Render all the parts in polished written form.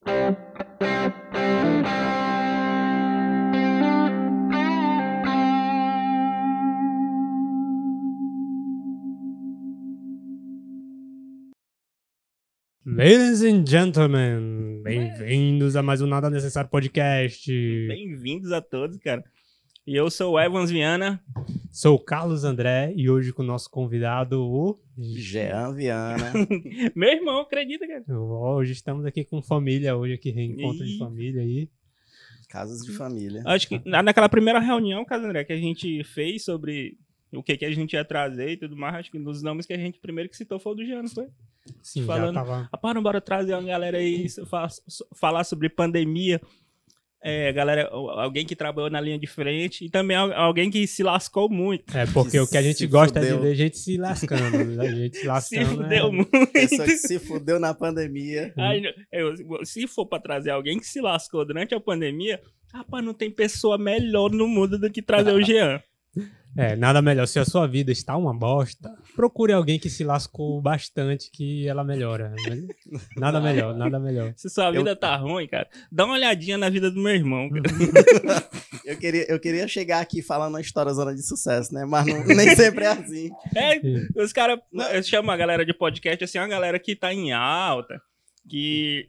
Ladies and gentlemen, bem-vindos a mais um Nada Necessário Podcast. Bem-vindos a todos, cara. E eu sou o Evans Viana. Sou o Carlos André e hoje com o nosso convidado, o Jean Viana. Meu irmão, acredita, cara? Hoje estamos aqui com família, hoje aqui reencontro de família aí. Casas de família. Acho que naquela primeira reunião, Carlos André, que a gente fez sobre o que a gente ia trazer e tudo mais, acho que nos nomes que a gente primeiro que citou foi o do Jean, não foi? Sim, falando, já tava... Rapaz, não bora trazer uma galera aí, falar sobre pandemia. Galera, alguém que trabalhou na linha de frente e também alguém que se lascou muito. Porque o que a gente gosta é de ver gente se lascando. A gente se lascando. Se fudeu muito. Pessoa que se fudeu na pandemia. Se for pra trazer alguém que se lascou durante a pandemia, rapaz, não tem pessoa melhor no mundo do que trazer o Jean. Nada melhor. Se a sua vida está uma bosta, procure alguém que se lascou bastante que ela melhora. Nada melhor, nada melhor. Se sua vida tá ruim, cara, dá uma olhadinha na vida do meu irmão, cara. Eu queria chegar aqui falando uma história zona de sucesso, né? Mas nem sempre é assim. Os caras chamam a galera de podcast assim, uma galera que tá em alta, que...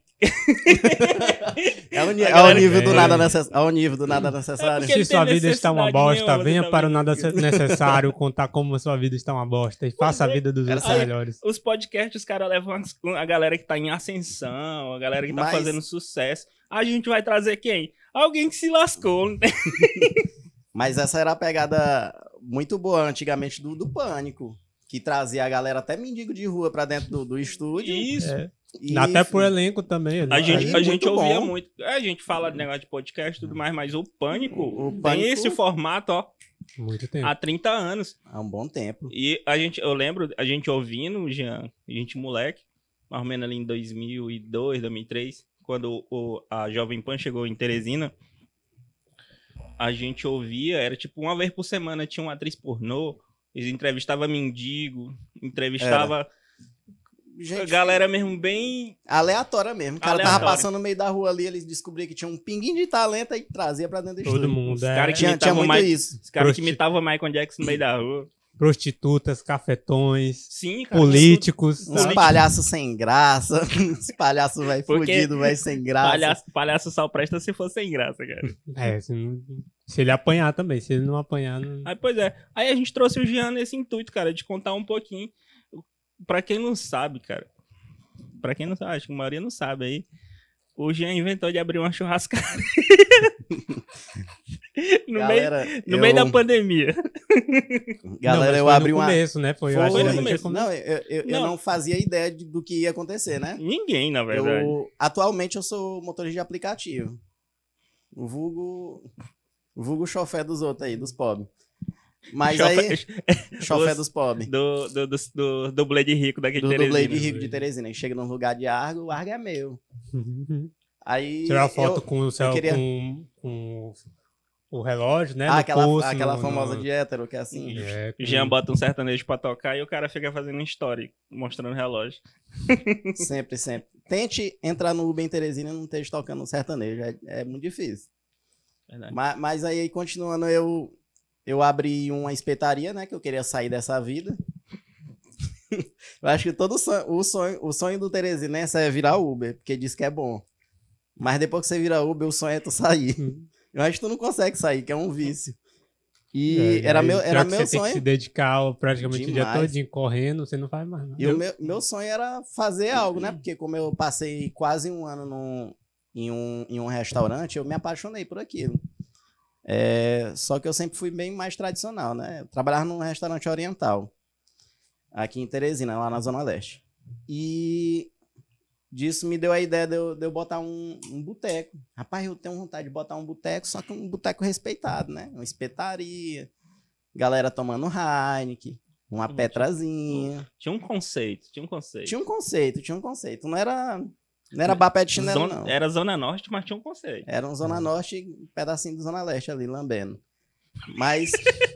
Ao nível do nada necessário. Se sua vida está uma bosta, venha para o Nada Necessário contar como a sua vida está uma bosta e faça a vida dos outros melhores. Os podcasts, os caras levam a galera que tá em ascensão, a galera que tá fazendo sucesso. A gente vai trazer quem? Alguém que se lascou. Mas essa era a pegada muito boa antigamente do Pânico, que trazia a galera até mendigo de rua pra dentro do estúdio. Isso. Até pro elenco também. A gente ouvia muito. A gente fala de negócio de podcast e tudo mais, mas o Pânico tem esse formato, ó. Muito tempo. Há 30 anos. Há um bom tempo. E eu lembro, a gente ouvindo, Jean, a gente moleque, mais ou menos ali em 2002, 2003, quando a Jovem Pan chegou em Teresina, a gente ouvia, era tipo uma vez por semana tinha uma atriz pornô, eles entrevistavam mendigo, entrevistava... Gente, galera mesmo bem... aleatória mesmo. O cara tava passando no meio da rua ali, eles descobriam que tinha um pinguinho de talento e trazia pra dentro do estúdio. Todo mundo, Tinha muito isso. Os caras que imitavam Michael Jackson no meio da rua. Prostitutas, cafetões, sim, cara, políticos. Uns palhaços sem graça. Uns palhaços fudidos, sem graça. Palhaço só presta se for sem graça, cara. Se ele apanhar também. Se ele não apanhar... Não... Pois é. Aí a gente trouxe o Jean nesse intuito, cara, de contar um pouquinho. Pra quem não sabe, cara. Pra quem não sabe, acho que a maioria não sabe aí. O Jean inventou de abrir uma churrascaria. no meio da pandemia. Galera, eu abri no começo, né? Foi no começo. Não, eu não fazia ideia do que ia acontecer, né? Ninguém, na verdade. Atualmente eu sou motorista de aplicativo. O vulgo chofé dos outros aí, dos pobres. Mas chofé dos pobres. Do dublê de rico daqui de Teresina. Do dublê de rico de Teresina. Chega num lugar de Argo, o Argo é meu. Aí tirar foto com o relógio, né? Aquela famosa de hétero, que é assim. Jean bota um sertanejo pra tocar e o cara fica fazendo story, mostrando o relógio. Sempre, sempre. Tente entrar no Uber em Teresina e não esteja tocando um sertanejo. É muito difícil. Verdade. Mas aí, continuando, eu abri uma espetaria, né? Que eu queria sair dessa vida. Eu acho que todo o sonho do Teresinense é virar Uber, porque diz que é bom. Mas depois que você vira Uber, o sonho é tu sair. Eu acho que tu não consegue sair, que é um vício. E era meu sonho. Você tem que se dedicar praticamente o dia todinho correndo, você não faz mais nada. E o meu sonho era fazer algo, né? Porque como eu passei quase um ano em um restaurante, eu me apaixonei por aquilo. Só que eu sempre fui bem mais tradicional, né? Eu trabalhava num restaurante oriental, aqui em Teresina, lá na Zona Leste. E disso me deu a ideia de eu botar um boteco. Rapaz, eu tenho vontade de botar um boteco, só que um boteco respeitado, né? Uma espetaria, galera tomando Heineken, uma petrazinha. Tinha um conceito. Tinha um conceito. Não era bar pé de chinelo, não. Era Zona Norte, mas tinha um conceito. Era um Zona Norte e um pedacinho do Zona Leste ali, lambendo. Mas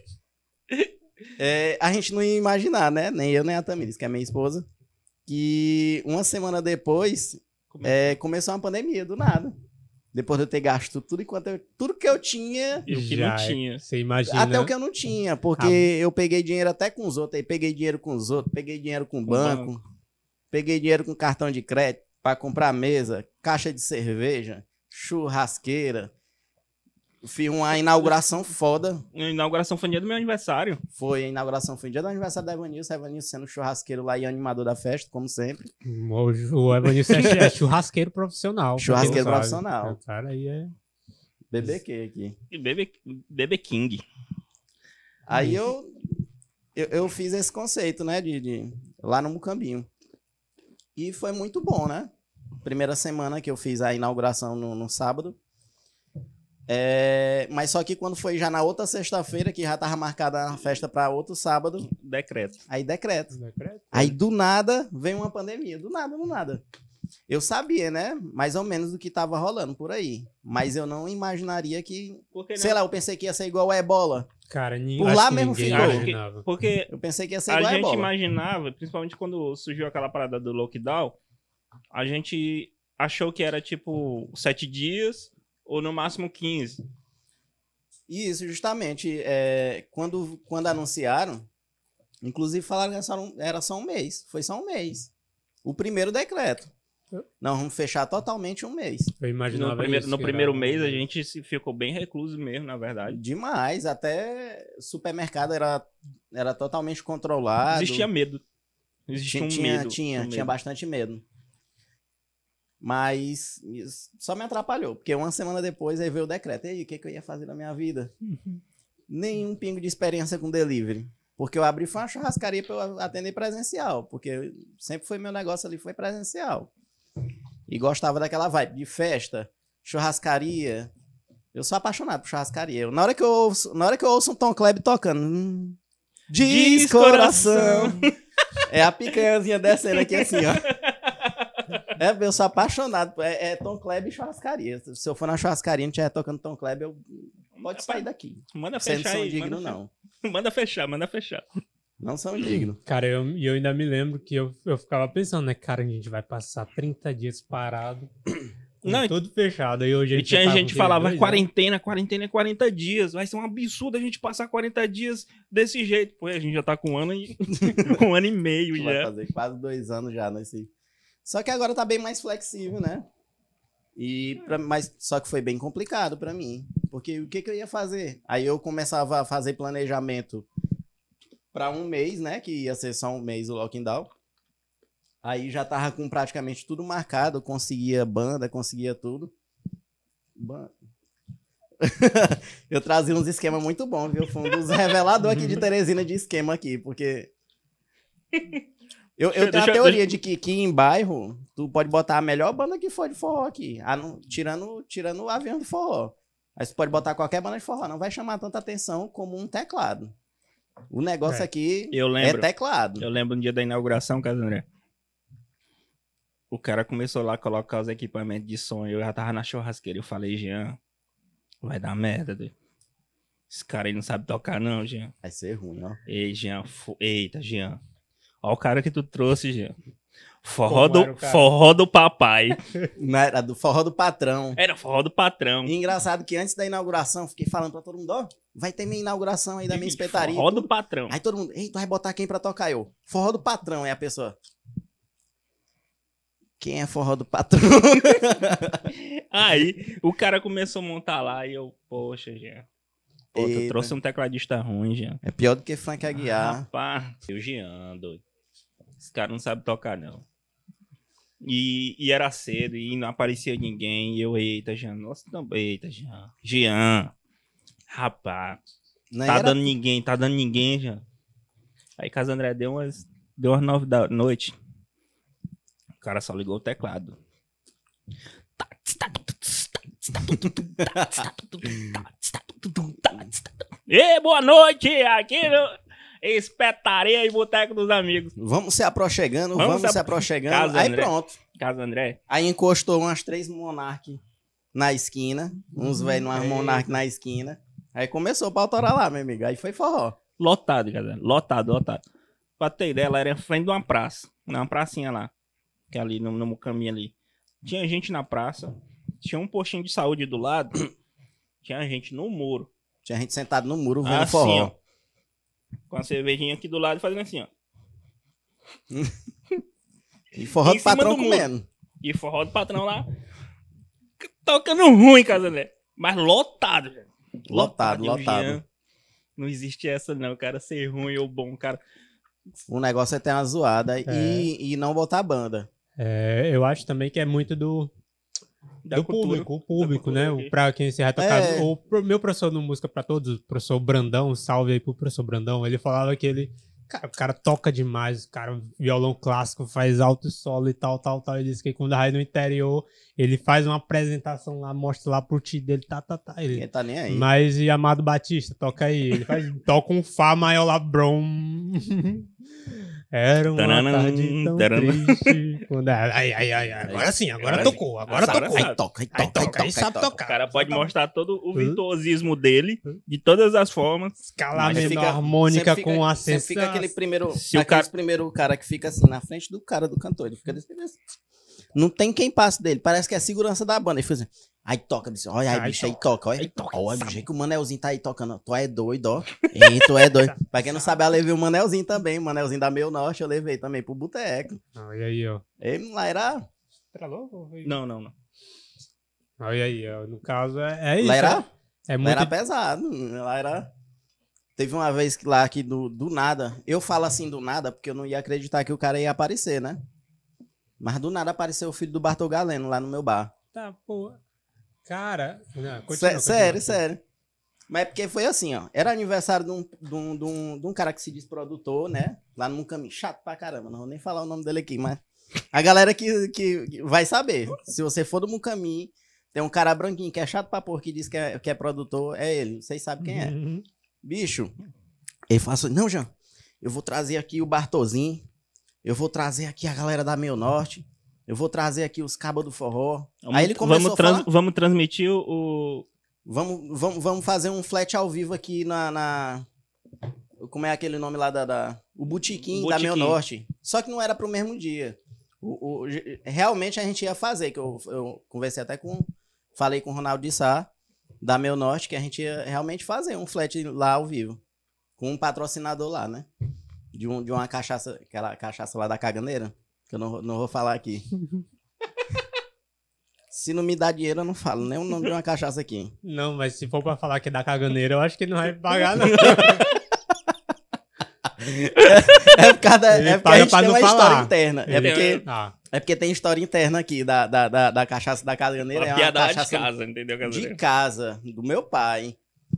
a gente não ia imaginar, né? Nem eu, nem a Tamires, que é minha esposa, que uma semana depois começou uma pandemia, do nada. Depois de eu ter gasto tudo que eu tinha. E o que não tinha. Você imagina. Até o que eu não tinha, porque eu peguei dinheiro até com os outros. Aí peguei dinheiro com os outros, peguei dinheiro com o banco, peguei dinheiro com cartão de crédito pra comprar mesa, caixa de cerveja, churrasqueira. Fiz uma inauguração foda. A inauguração foi no dia do meu aniversário. A inauguração foi no dia do aniversário da Evanilson. A Evanilson sendo churrasqueiro lá e animador da festa, como sempre. O Evanilson é churrasqueiro profissional. Churrasqueiro profissional. O cara aí é... BBQ aqui. E BB King. Aí eu fiz esse conceito, né, lá no Mucambinho. E foi muito bom, né? Primeira semana que eu fiz a inauguração no sábado. Mas só que quando foi já na outra sexta-feira, que já tava marcada a festa para outro sábado. Decreto. Aí decreto. Aí do nada veio uma pandemia. Do nada. Eu sabia, né? Mais ou menos do que tava rolando por aí. Mas eu não imaginaria que... Sei lá, eu pensei que ia ser igual a ebola. Cara, por lá mesmo ficou. Porque eu pensei que ia ser igual a ebola. A gente imaginava, principalmente quando surgiu aquela parada do lockdown, a gente achou que era tipo 7 dias... Ou no máximo 15. Isso, justamente. Quando anunciaram, inclusive falaram que era só um mês. Foi só um mês. O primeiro decreto. Não, vamos fechar totalmente um mês. Eu imaginava no primeiro mês a gente ficou bem recluso mesmo, na verdade. Demais. Até supermercado era totalmente controlado. Existia medo. Existia um medo. Tinha bastante medo. Mas só me atrapalhou, porque uma semana depois aí veio o decreto. E aí, o que eu ia fazer na minha vida? Nenhum pingo de experiência com delivery. Porque eu abri foi uma churrascaria para eu atender presencial, porque sempre foi meu negócio ali, foi presencial. E gostava daquela vibe de festa, churrascaria. Eu sou apaixonado por churrascaria. Na hora que eu ouço um Tom Kleber tocando, diz coração. É a picanhazinha descendo aqui assim, ó. Eu sou apaixonado. Tom Kleber e churrascaria. Se eu for na churrascaria e não estiver tocando Tom Kleber, pode sair daqui. Manda fechar aí. Digno, não. Manda fechar. Não são dignos. Cara, eu ainda me lembro que eu ficava pensando, né? Cara, a gente vai passar 30 dias parado. Tudo fechado. E hoje tinha gente que falava quarentena, 40 dias. Vai ser um absurdo a gente passar 40 dias desse jeito. Pô, a gente já tá com um ano e meio já. Vai fazer quase 2 anos já nesse... Só que agora tá bem mais flexível, né? Mas só que foi bem complicado pra mim. Porque o que eu ia fazer? Aí eu começava a fazer planejamento pra um mês, né? Que ia ser só um mês o lockdown. Aí já tava com praticamente tudo marcado. Conseguia banda, conseguia tudo. Eu trazia uns esquemas muito bons, viu? Foi um dos reveladores aqui de Teresina de esquema aqui. Porque... Eu tenho a teoria de que em bairro, tu pode botar a melhor banda que for de forró aqui. Tirando o avião do forró. Aí você pode botar qualquer banda de forró. Não vai chamar tanta atenção como um teclado. O negócio aqui é teclado. Eu lembro no dia da inauguração, Casa André. O cara começou lá a colocar os equipamentos de som. Eu já tava na churrasqueira. Eu falei, Jean, vai dar merda, doido. Esse cara aí não sabe tocar não, Jean. Vai ser ruim, ó. Eita, Jean. Olha o cara que tu trouxe, Jean. Forró do papai. Não, era do forró do patrão. Era forró do patrão. E engraçado que antes da inauguração, fiquei falando pra todo mundo, ó, vai ter minha inauguração aí da minha espetaria. Forró do patrão. Aí todo mundo, ei, tu vai botar quem pra tocar? Eu, forró do patrão, é a pessoa. Quem é forró do patrão? Aí, o cara começou a montar lá e eu, poxa, Jean. Pô, tu trouxe um tecladista ruim, Jean. É pior do que Frank Aguiar. Rapaz, o Jean, doido. Esse cara não sabe tocar, não. E era cedo e não aparecia ninguém. E eu, eita, Jean. Nossa, não, eita, Jean. Jean. Rapaz. Tá dando ninguém, Jean. Aí Casa André deu umas 9 da noite. O cara só ligou o teclado. E boa noite, aqui no Espetaria e Boteco dos Amigos. Vamos se aproximando, vamos se aproximando. Casa aí André. Pronto. Casa André. Aí encostou umas 3 Monark na esquina, uns velhos numa Monark na esquina. Aí começou pra autorar lá, meu amigo. Aí foi forró. Lotado, galera. Lotado. Pra ter ideia, ela era em frente de uma praça. Uma pracinha lá. Que é ali no caminho ali. tinha gente na praça, tinha um postinho de saúde do lado, tinha gente no muro. Tinha gente sentado no muro vendo Assim, forró. ó. Com a cervejinha aqui do lado fazendo assim, ó. E forró Em do cima patrão do muro. comendo. E forró do patrão lá. Tocando ruim, Casandé. Mas lotado, velho. Lotado, E o lotado. Jean, não existe essa, não. O cara ser ruim ou bom, cara. O negócio é ter uma zoada e não botar banda. Eu acho também que é muito do cultura. público, o público, né? aqui. Pra quem se vai tocar. É. Meu professor no Música Pra Todos, o professor Brandão, salve aí pro professor Brandão, ele falava que ele. Cara, o cara toca demais, o cara, violão clássico, faz alto solo e tal. Ele disse que quando vai no interior, ele faz uma apresentação lá, mostra lá pro tio dele, Ele, Ninguém tá nem aí. mas e Amado Batista, toca aí. Ele toca um Fá maior lá, brom. Era uma tarde tão triste. Agora sim, agora tocou. Agora tocou. sabe. Aí toca, Aí sabe O tocar. cara pode mostrar todo o virtuosismo dele, de todas as formas. Escalar Mas menor fica- harmônica sempre com fica- ascensão. sempre fica aquele primeiro, Se o aqueles cara- primeiro cara que fica assim na frente do cara do cantor. Ele fica desse. Não tem quem passe dele. Parece que é a segurança da banda. Ele fica assim. Aí toca, bicho. Olha aí, Aí bicho, aí toca. toca. Olha, Aí toca, olha sabe? do jeito que o Manelzinho tá aí tocando. Tu é doido, ó. Ei, tu é doido. Pra quem não sabe, eu levei o Manelzinho também. O Manelzinho da Meio Norte, eu levei também pro boteco. Olha aí, ó. Ele lá era. Não. Olha aí, ó. No caso, é isso. Lá era, É lá muito. era pesado. Lá era. Teve uma vez que lá que do nada. Eu falo assim do nada porque eu não ia acreditar que o cara ia aparecer, né? Mas do nada apareceu o filho do Bartol Galeno lá no meu bar. Tá, pô. Cara. Não, continua, Sério. Mas é porque foi assim, ó. Era aniversário de um cara que se diz produtor, né? Lá no caminho. Chato pra caramba. Não vou nem falar o nome dele aqui, mas. A galera que vai saber. Se você for do Mucami, tem um cara branquinho que é chato pra porra que diz que é produtor, é ele. Vocês sabem quem é. Uhum. Bicho, ele fala assim, não, Jean, eu vou trazer aqui o Bartozinho, eu vou trazer aqui a galera da Meio Norte, eu vou trazer aqui os cabos do forró. Aí ele começou a falar, Vamos transmitir o... vamos fazer um flat ao vivo aqui como é aquele nome lá o Botequim da Meio Norte. Só que não era pro mesmo dia. Realmente a gente ia fazer, que eu conversei até falei com o Ronaldo de Sá, da Meio Norte, que a gente ia realmente fazer um flat lá ao vivo. Com um patrocinador lá, né? De uma cachaça, aquela cachaça lá da Caganeira, que eu não vou falar aqui. Se não me dá dinheiro, eu não falo nem o nome de uma cachaça aqui. Não, mas se for pra falar que é da caganeira, eu acho que ele não vai pagar, não. É por causa Ele é porque paga a gente pra tem não uma falar. história interna. Ah, É porque tem história interna aqui da cachaça da Caganeira. É Uma uma piada lá de cachaça casa, entendeu? de casa, do meu pai.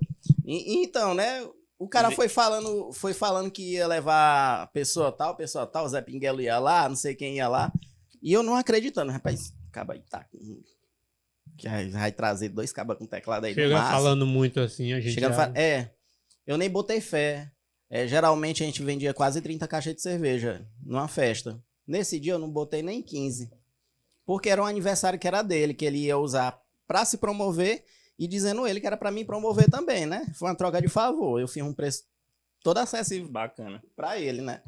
Então, né? O cara foi falando que ia levar pessoa tal, Zé Pinguelo ia lá, não sei quem ia lá. E eu não acreditando, rapaz, acaba aí, tá. Que vai trazer 2 cabas com teclado aí. chega falando muito assim, a gente já... Eu nem botei fé. Geralmente a gente vendia quase 30 caixas de cerveja numa festa. Nesse dia eu não botei nem 15. Porque era um aniversário que era dele, que ele ia usar pra se promover e dizendo ele que era pra mim promover também, né? Foi uma troca de favor. Eu fiz um preço todo acessível Bacana. pra ele, né?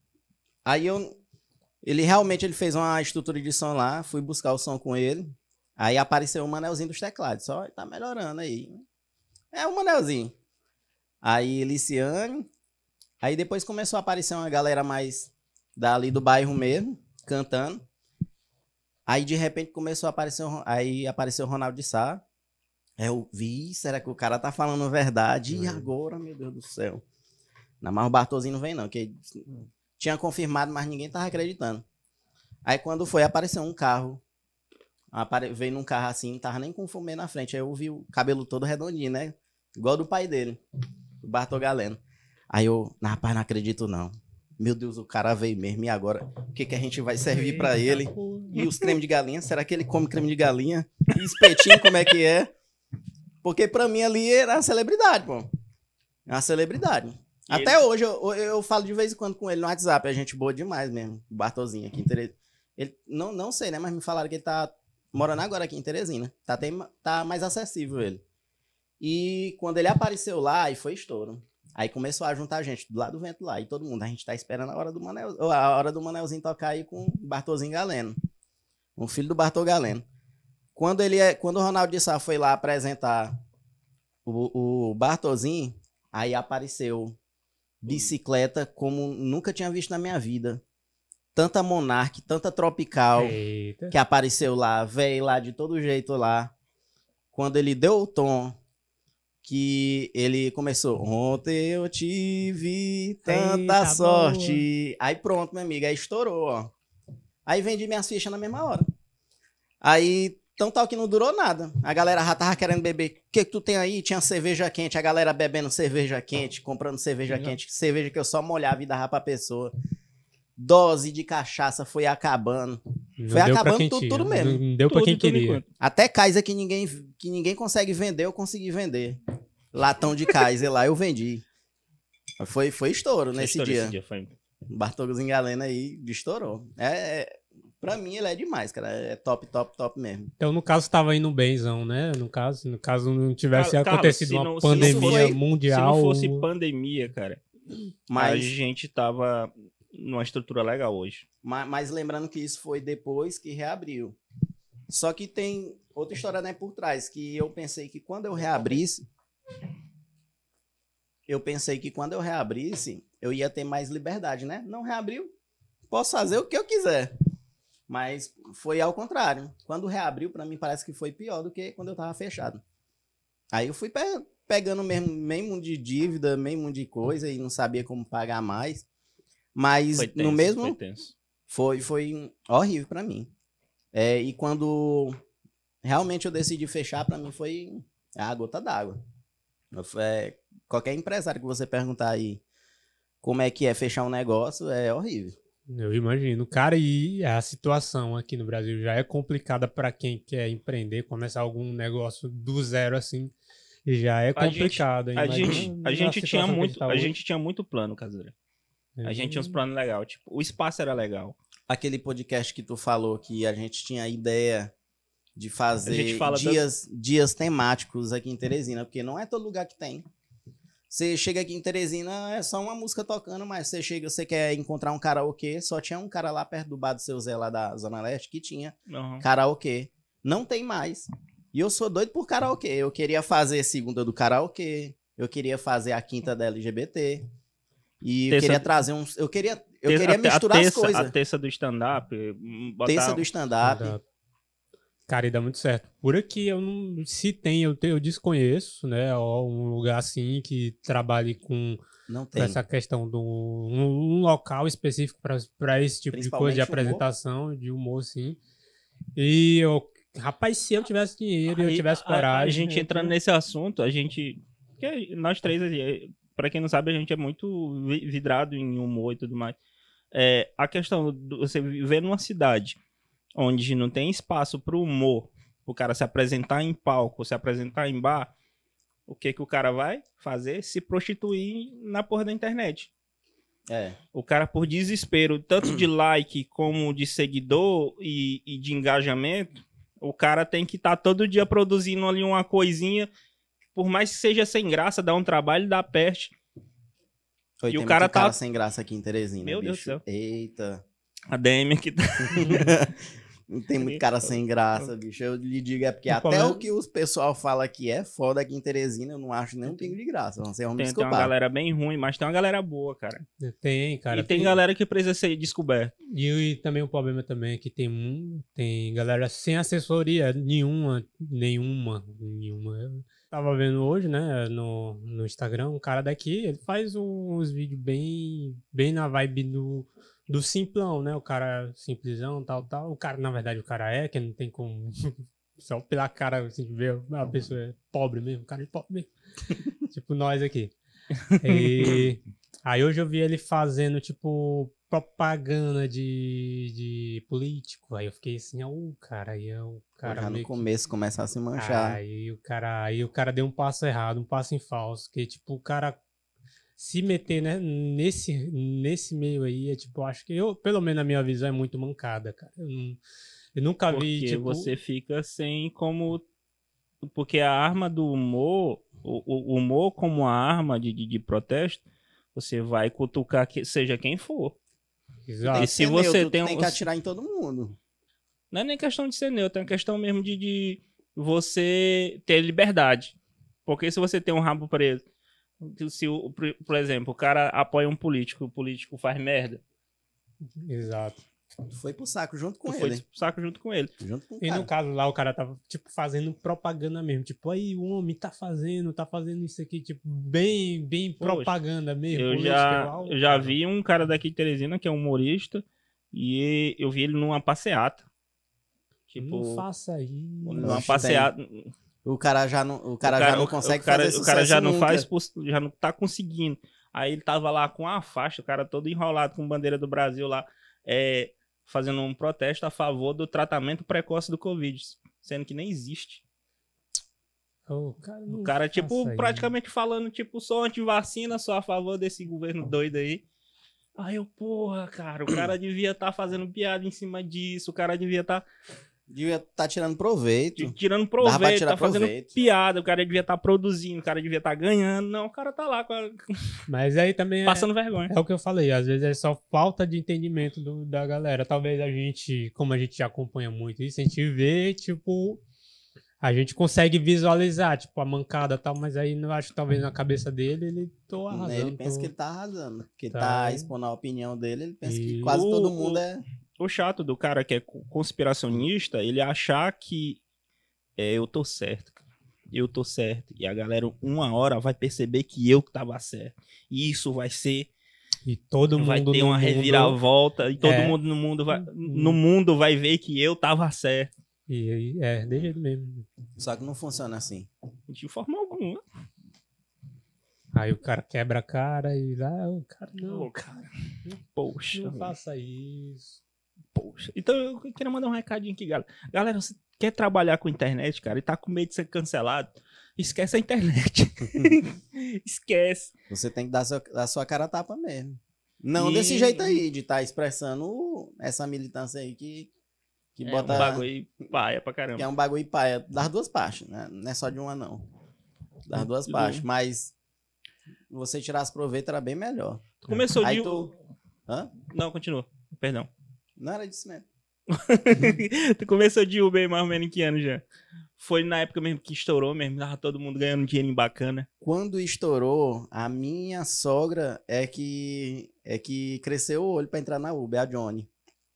Aí ele realmente fez uma estrutura de som lá, fui buscar o som com ele. Aí apareceu o Manelzinho dos teclados. Só tá melhorando aí. É o Manelzinho. Aí Liciane. Aí depois começou a aparecer uma galera mais dali do bairro mesmo, cantando. Aí de repente começou a aparecer. Aí apareceu o Ronaldo de Sá. Eu vi, será que o cara tá falando verdade? E agora, meu Deus do céu? Não, mas o Bartozinho não vem não, que tinha confirmado, mas ninguém tava acreditando. Aí quando foi, apareceu um carro. Veio num carro assim, não tava nem com fumê na frente. Aí eu vi o cabelo todo redondinho, né? Igual do pai dele, o Bartol Galeno. Aí eu, rapaz, não acredito não. Meu Deus, o cara veio mesmo. E agora, o que a gente vai servir pra ele? E os creme de galinha? Será que ele come creme de galinha? E espetinho, como é que é? Porque pra mim ali era uma celebridade, pô. É uma celebridade. E até hoje eu falo de vez em quando com ele no WhatsApp. É gente boa demais mesmo. O Bartolzinho aqui em Teresina. Ele, não sei, né? Mas me falaram que ele tá morando agora aqui em Teresina. Tá mais acessível ele. E quando ele apareceu lá, aí foi estouro. Aí começou a juntar gente do lado do vento lá. E todo mundo, a gente tá esperando a hora do Manelzinho tocar aí com o Bartolzinho Galeno. Um filho do Bartol Galeno. Quando o Ronaldo de Sá foi lá apresentar o Bartolzinho, aí apareceu bicicleta como nunca tinha visto na minha vida. Tanta Monark, tanta Tropical, Eita. que apareceu lá, veio lá de todo jeito lá. Quando ele deu o tom, que ele começou, ontem eu tive tanta Eita, sorte. Aí pronto, minha amiga, aí estourou, ó. Aí vendi minhas fichas na mesma hora. Aí, tão tal que não durou nada. A galera já tava querendo beber. O que tu tem aí? Tinha cerveja quente, a galera bebendo cerveja quente, comprando cerveja quente, cerveja que eu só molhava e dava pra pessoa. Dose de cachaça foi acabando. Não Foi deu pra acabando quem tudo, tinha, tudo mesmo. Não deu pra quem Tudo queria. enquanto. Até Kaiser que ninguém consegue vender, eu consegui vender. Latão de Kaiser lá, eu vendi. Foi estouro nesse Estourou dia. esse dia, foi. Bartolzinho Galeno aí estourou. Pra mim ele é demais, cara. É top, top, top mesmo. Então, no caso, tava indo benzão, né? No caso não tivesse Carlos, acontecido se uma não- se pandemia não foi- mundial. Se não fosse pandemia, cara, a Mas, gente tava numa estrutura legal hoje. mas lembrando que isso foi depois que reabriu. Só que tem outra história, né, por trás, que eu pensei que quando eu reabrisse, eu ia ter mais liberdade, né? Não reabriu, posso fazer o que eu quiser. Mas foi ao contrário. Quando reabriu, pra mim parece que foi pior do que quando eu tava fechado. Aí eu fui pegando meio mundo de dívida, meio mundo de coisa e não sabia como pagar mais. Mas Foi tenso, no mesmo foi tenso. foi horrível pra mim. E quando realmente eu decidi fechar, pra mim foi a gota d'água. Qualquer empresário que você perguntar aí como é que é fechar um negócio, é horrível. Eu imagino. Cara, e a situação aqui no Brasil já é complicada para quem quer empreender, começar algum negócio do zero assim, já é complicado. A gente tinha muito plano, Caseira. A gente tinha uns planos legais. Tipo, o espaço era legal. Aquele podcast que tu falou que a gente tinha a ideia de fazer dias temáticos aqui em Teresina, porque não é todo lugar que tem. Você chega aqui em Teresina, é só uma música tocando, mas você quer encontrar um karaokê, só tinha um cara lá perto do bar do Seu Zé, lá da Zona Leste, que tinha karaokê. Não tem mais. E eu sou doido por karaokê. Eu queria fazer segunda do karaokê, eu queria fazer a quinta da LGBT, e eu queria trazer uns... Eu queria misturar as coisas. A terça do stand-up. Terça do stand-up. Cara, e dá muito certo. Por aqui, eu não... Se tem, eu desconheço, né? Um lugar assim que trabalhe com essa questão de um local específico para esse tipo de coisa, de apresentação, de humor, sim. E rapaz, se eu tivesse dinheiro e eu tivesse coragem... A gente entrando nesse assunto, nós três, pra quem não sabe, a gente é muito vidrado em humor e tudo mais. A questão de você viver numa cidade onde não tem espaço pro humor, pro cara se apresentar em palco, se apresentar em bar, o que o cara vai fazer? Se prostituir na porra da internet. O cara, por desespero, tanto de like como de seguidor e de engajamento, o cara tem que estar todo dia produzindo ali uma coisinha, por mais que seja sem graça, dá um trabalho, dá peste. E o cara tá sem graça aqui em Teresina. Meu Deus do céu. Eita. A DM aqui tá... Não tem muito cara sem graça, bicho. Eu lhe digo, porque até o que os pessoal fala que é foda aqui em Teresina, eu não acho nem um pingo de graça. Vocês vão me desculpar. Tem uma galera bem ruim, mas tem uma galera boa, cara. Tem, cara. E tem galera que precisa ser descoberta. E também o problema também é que tem galera sem assessoria nenhuma. Eu tava vendo hoje, né, no Instagram, um cara daqui, ele faz uns vídeos bem na vibe do simplão, né? O cara simplesão, tal. O cara, na verdade, que não tem como... Só pela cara, assim, ver a pessoa é pobre mesmo, cara de pobre mesmo. Tipo nós aqui. E aí hoje eu vi ele fazendo, tipo, propaganda de político. Aí eu fiquei assim, cara, aí é o cara já no começo começa a se manchar. Aí o cara deu um passo errado, um passo em falso, que tipo, o cara se meter, né, nesse meio aí, tipo, acho que pelo menos na minha visão, é muito mancada, cara. Eu nunca vi, tipo... Porque você fica sem como... Porque a arma do humor, o humor como a arma de protesto, você vai cutucar seja quem for. Exato. E se você tem que atirar em todo mundo. Não é nem questão de ser neutro, é uma questão mesmo de você ter liberdade. Porque se você tem um rabo preso, se, por exemplo, o cara apoia um político, o político faz merda, Exato. Foi pro saco junto com tu foi ele. pro saco junto com ele. Junto com o E cara. no caso lá, o cara tava, tipo, fazendo propaganda mesmo. Tipo, aí o homem tá fazendo isso aqui, tipo, bem Poxa, propaganda mesmo. Eu política, já vi um cara daqui de Teresina, que é humorista, e eu vi ele numa passeata. Tipo, Não faça isso. numa Oxe, passeata. O cara já não consegue fazer sucesso O cara já não nunca. já não tá conseguindo. Aí ele tava lá com a faixa, o cara todo enrolado com bandeira do Brasil lá, fazendo um protesto a favor do tratamento precoce do Covid, sendo que nem existe. Oh, cara, O cara, tipo, praticamente falando, tipo, sou anti-vacina, sou a favor desse governo doido aí. Aí eu, porra, cara, o cara devia estar fazendo piada em cima disso, o cara devia estar Devia estar tirando proveito. tirando Dava pra proveito, tirar tá fazendo proveito. piada, o cara devia estar produzindo, o cara devia estar ganhando. Não, o cara tá lá Mas aí também passando vergonha. é o que eu falei, às vezes é só falta de entendimento da galera. Talvez a gente, como a gente já acompanha muito isso, a gente vê, tipo, a gente consegue visualizar, tipo, a mancada e tal, mas aí eu acho que talvez na cabeça dele ele tô arrasando. Ele pensa que ele tá arrasando. Porque Tá. tá expondo a opinião dele, ele pensa que E quase todo mundo é. O chato do cara que é conspiracionista, ele achar que eu tô certo, cara. Eu tô certo. E a galera, uma hora, vai perceber que eu que tava certo. E isso vai ser... E todo mundo vai ter no uma mundo- reviravolta. E todo É. mundo no mundo vai ver que eu tava certo. E aí, de jeito mesmo. Só que não funciona assim. De forma alguma. Aí o cara quebra a cara e lá, o cara não, Ô, cara. Poxa. não velho. faça isso. Poxa. Então eu queria mandar um recadinho aqui, galera. Galera, você quer trabalhar com internet, cara, e tá com medo de ser cancelado? Esquece a internet. Esquece. Você tem que dar a sua cara a tapa mesmo. Não E- desse jeito aí, de estar expressando essa militância aí que É bota. um bagulho paia pra Que caramba. é um bagulho paia das duas partes, né? Não é só de uma, não. Das duas Tudo. partes. Mas você tirasse proveito era bem melhor. Tu começou Aí de... tu. Hã? Não, continua. Perdão. Não era disso mesmo. Tu começou de Uber aí mais ou menos em que ano já? Foi na época mesmo que estourou mesmo, tava todo mundo ganhando dinheiro bacana. Quando estourou, a minha sogra é que cresceu o olho pra entrar na Uber, a Johnny.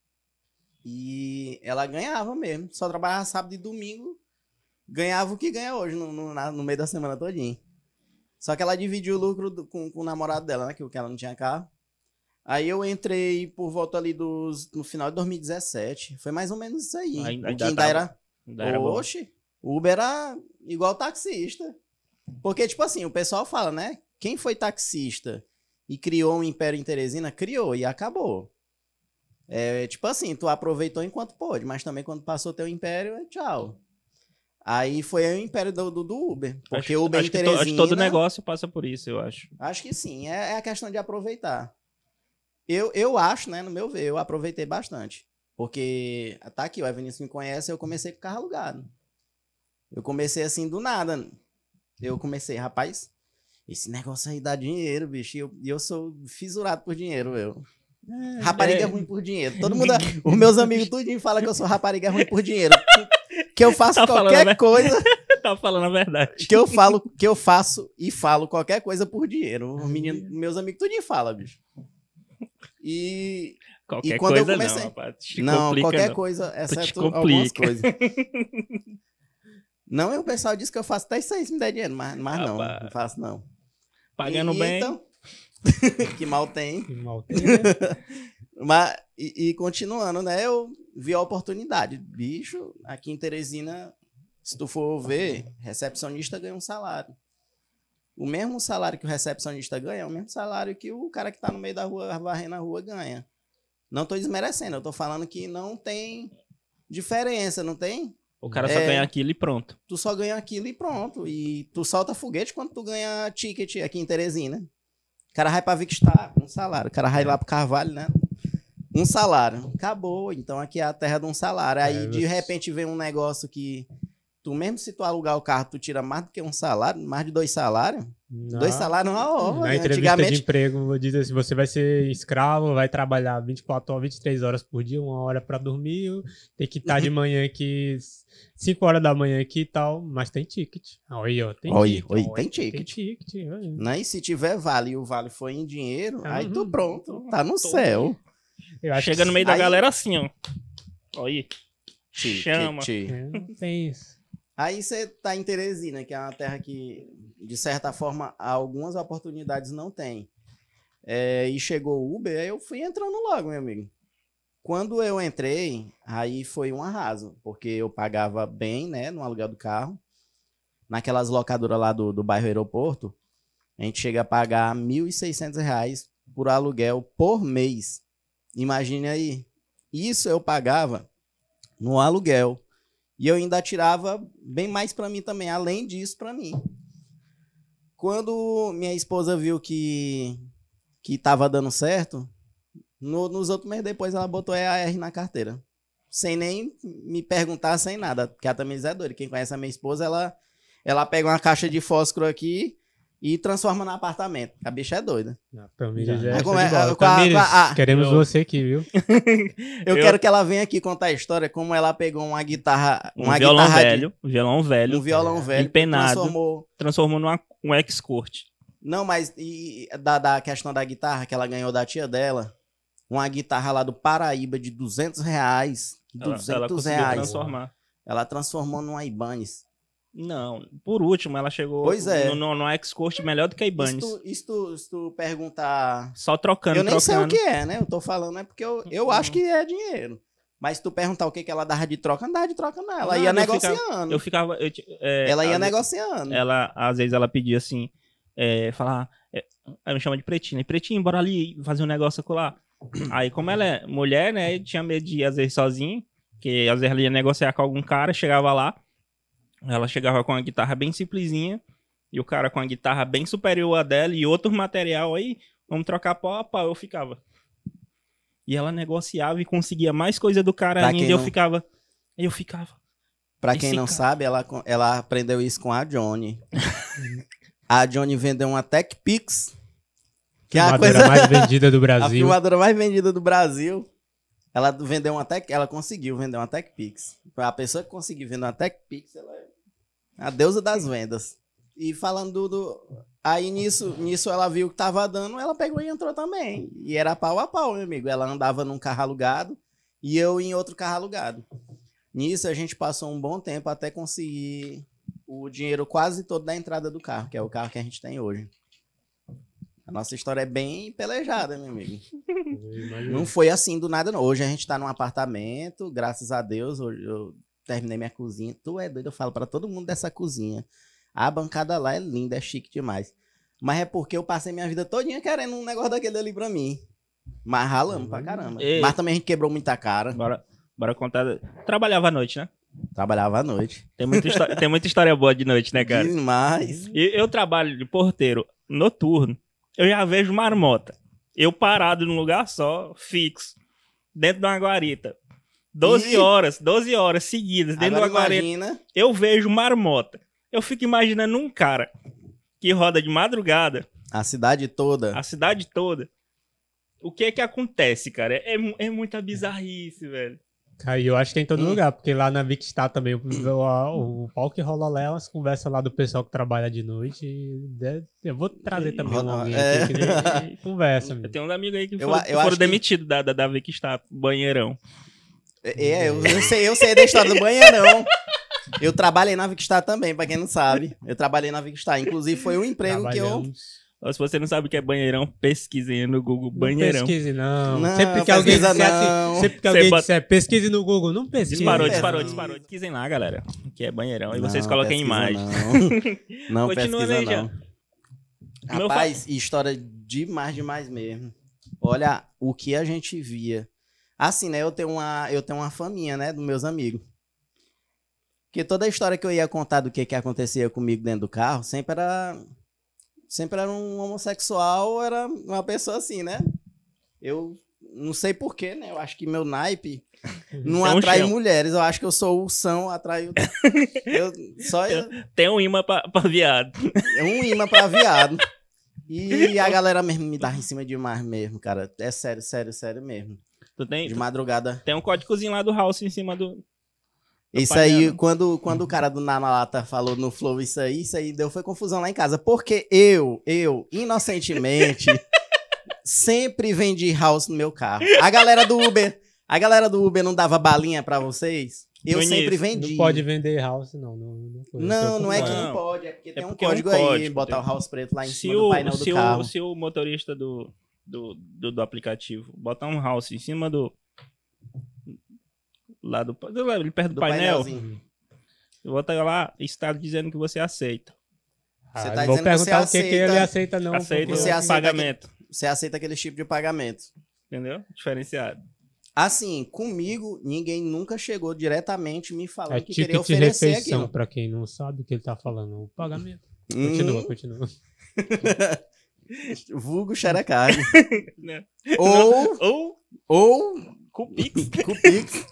E ela ganhava mesmo. Só trabalhava sábado e domingo. Ganhava o que ganha hoje no meio da semana todinho. Só que ela dividiu o lucro com o namorado dela, né? Que ela não tinha carro. Aí eu entrei por volta ali no final de 2017. Foi mais ou menos isso aí. Ainda O que tava- Ainda era bom. Oxe, o Uber era igual taxista. Porque, tipo assim, o pessoal fala, né? Quem foi taxista e criou um império em Teresina, criou e acabou. É, tipo assim, tu aproveitou enquanto pôde, mas também quando passou teu império, tchau. Aí foi aí o império do Uber. Porque o Uber em Teresina... acho que todo negócio passa por isso, eu acho. Acho que sim, é a questão de aproveitar. Eu acho, né, no meu ver, eu aproveitei bastante. Porque, tá aqui, o Vinícius me conhece, eu comecei com carro alugado. Eu comecei assim, do nada. Eu comecei, rapaz, esse negócio aí dá dinheiro, bicho. E eu sou fisurado por dinheiro, eu. Rapariga é ruim por dinheiro. Todo mundo, os meus amigos tudinho falam que eu sou rapariga ruim por dinheiro. Que eu faço Tá falando, qualquer né? coisa... Tá falando a verdade. Que eu faço e falo qualquer coisa por dinheiro. Os meninos, meus amigos, tudinho fala, bicho. E Qualquer quando eu coisa comecei- não, rapaz. Te não, complica, qualquer não. coisa, te exceto complica. algumas coisas. Não, o pessoal diz que eu faço até isso aí se me der dinheiro, mas não, Rapaz. não faço não. Pagando E bem. Então, que mal tem. Que mal tem, né? Mas, e continuando, né, eu vi a oportunidade. Bicho, aqui em Teresina, se tu for ver, recepcionista ganha um salário. O mesmo salário que o recepcionista ganha é o mesmo salário que o cara que tá no meio da rua, varrendo a rua, ganha. Não tô desmerecendo, eu tô falando que não tem diferença, não tem? O cara só ganha aquilo e pronto. Tu só ganha aquilo e pronto. E tu solta foguete quando tu ganha ticket aqui em Teresina. O cara vai pra Vickstar, um salário. O cara vai lá pro Carvalho, né? Um salário. Acabou. Então aqui é a terra de um salário. Aí, de repente, vem um negócio que Tu mesmo se tu alugar o carro, tu tira mais do que um salário, mais de 2 salários. Não. 2 salários na hora. Na entrevista de emprego, diz assim, você vai ser escravo, vai trabalhar 24 horas, 23 horas por dia, 1 hora pra dormir, tem que estar de manhã aqui, 5 horas da manhã aqui e tal, mas tem ticket. Aí, ó, tem ticket. Tem ticket. Tem ticket. Né? E se tiver vale e o vale foi em dinheiro, aí tu Uhum. pronto, tá no céu. Eu acho Chega que no meio da aí- galera assim, ó. Olha aí. Ticket. Chama. tem isso. Aí você tá em Teresina, que é uma terra que, de certa forma, algumas oportunidades não tem. E chegou o Uber, aí eu fui entrando logo, meu amigo. Quando eu entrei, aí foi um arraso, porque eu pagava bem, né, no aluguel do carro. Naquelas locadoras lá do bairro Aeroporto, a gente chega a pagar R$ 1.600 por aluguel por mês. Imagine aí. Isso eu pagava no aluguel. E eu ainda tirava bem mais pra mim também, além disso pra mim. Quando minha esposa viu que tava dando certo, nos outros meses depois ela botou EAR na carteira. Sem nem me perguntar, sem nada. Porque a Tamires é doida. Quem conhece a minha esposa, ela pega uma caixa de fósforo aqui e transforma no apartamento. A bicha é doida. A Tamires é Mas como show de bola. com a- Tamires, queremos eu- você aqui, viu? Eu quero que ela venha aqui contar a história, como ela pegou uma guitarra... Um Uma violão guitarra velho. Violão velho. Um violão velho. Empenado. Transformou... Transformou um X-Court. Não, mas da questão da guitarra que ela ganhou da tia dela, uma guitarra lá do Paraíba de R$200. Ela conseguiu R$200. transformar. Ela transformou numa Ibanez. Não, por último, ela chegou Pois é. no X-Court melhor do que a Ibanez. Se tu perguntar... Só trocando, Eu nem sei o trocando. que é, né? Eu tô falando é porque eu acho que é dinheiro. Mas se tu perguntar o que ela dava de troca, não dava de troca não. Ela ia Nada, negociando. Eu ficava... Ela ia às- negociando. Às vezes ela pedia assim, falar... aí me chama de Pretinho. E Pretinho, bora ali fazer um negócio lá. Aí, como ela é mulher, né? Tinha medo de ir, às vezes, sozinha. Que às vezes ela ia negociar com algum cara, chegava lá. Ela chegava com uma guitarra bem simplesinha. E o cara com a guitarra bem superior a dela. E outro material aí. Vamos trocar pau a pau. Eu ficava. E ela negociava e conseguia mais coisa do cara Pra ainda. quem E eu não- ficava. Pra quem Esse não cara- sabe, ela aprendeu isso com a Johnny. A Johnny vendeu uma Tech Pix. Que é a Filmadora coisa... mais vendida do A Brasil. filmadora mais vendida do Brasil. Ela conseguiu vender uma Tech Pix. A pessoa que conseguiu vender uma Tech Pix, ela é a deusa das vendas. E falando aí nisso ela viu que tava dando, ela pegou e entrou também. E era pau a pau, meu amigo. Ela andava num carro alugado e eu em outro carro alugado. Nisso a gente passou um bom tempo até conseguir o dinheiro quase todo da entrada do carro, que é o carro que a gente tem hoje. A nossa história é bem pelejada, meu amigo. Não foi assim do nada, não. Hoje a gente tá num apartamento, graças a Deus. Hoje eu terminei minha cozinha. Tu é doido, eu falo pra todo mundo dessa cozinha. A bancada lá é linda, é chique demais. Mas é porque eu passei minha vida todinha querendo um negócio daquele ali pra mim. Mas ralamos pra caramba. Ei. Mas também a gente quebrou muita cara. Bora contar. Trabalhava à noite, né? Trabalhava à noite. Tem muita história boa de noite, né, cara? Demais. E eu trabalho de porteiro noturno. Eu já vejo marmota. Eu parado num lugar só, fixo, dentro de uma guarita. 12 horas seguidas, dentro de uma Agora guarita. imagina. Eu vejo marmota. Eu fico imaginando um cara que roda de madrugada, A cidade toda. a cidade toda. O que é que acontece, cara? É muita bizarrice, velho. Cara, e eu acho que é em todo lugar, porque lá na Vicstar também, o pau que rola lá é umas conversas lá do pessoal que trabalha de noite. Eu vou trazer também alguém aqui que conversa. Eu tenho uns amigos aí que Eu foram acho que- demitidos da Vicstar, banheirão. Eu sei da história do banheirão. Eu trabalhei na Vicstar também, pra quem não sabe. Eu trabalhei na Vicstar. Inclusive, foi um emprego que eu... Trabalhamos. Ou se você não sabe o que é banheirão, pesquisem aí no Google Não banheirão. pesquise, não. Não, Sempre que alguém pesquisa disser não. assim, sempre que alguém Você disser pesquise no Google, não pesquise. Disparou. Não. Pesquisem lá, galera. Que é banheirão. E vocês Não, coloquem pesquisa imagem. Não, Continua pesquisa aí, já. não. Meu Rapaz, história demais mesmo. Olha o que a gente via. Assim, né? Eu tenho uma faminha, né? Dos meus amigos. Porque toda a história que eu ia contar do que acontecia comigo dentro do carro, sempre era um homossexual, era uma pessoa assim, né? Eu não sei porquê, né? Eu acho que meu naipe não É um atrai chão. mulheres. Eu acho que eu sou ursão, atraio. Só Tem um imã pra viado. é um imã pra viado. E a galera mesmo me dá em cima demais mesmo, cara. É sério, sério, sério mesmo. Tu tem, De madrugada. tem um códigozinho lá do House em cima do... Isso painel, aí, né? quando o cara do Nanalata falou no Flow isso aí foi confusão lá em casa. Porque eu, inocentemente, sempre vendi house no meu carro. A galera do Uber não dava balinha pra vocês? Eu No sempre início, vendi. Não pode vender house, não. Não é que Não. não pode, é porque tem um porque é um código aí, código, botar tem. o house preto lá em cima do painel do carro. Se o motorista do aplicativo botar um House em cima do... Lá do... Ali perto do painel, painelzinho. bota lá, está dizendo que você aceita. Você Ah, tá eu vou dizendo que você perguntar o que aceita- ele aceita, não. Aceita porque Você o aceita pagamento. Você aceita aquele tipo de pagamento. Entendeu? Diferenciado. Assim, comigo, ninguém nunca chegou diretamente me falando é que queria ticket de oferecer refeição, aquilo. pra quem não sabe o que ele tá falando. O pagamento. Uhum. Continua. Vulgo xerecard. Né? ou Ou com Pix. com Pix.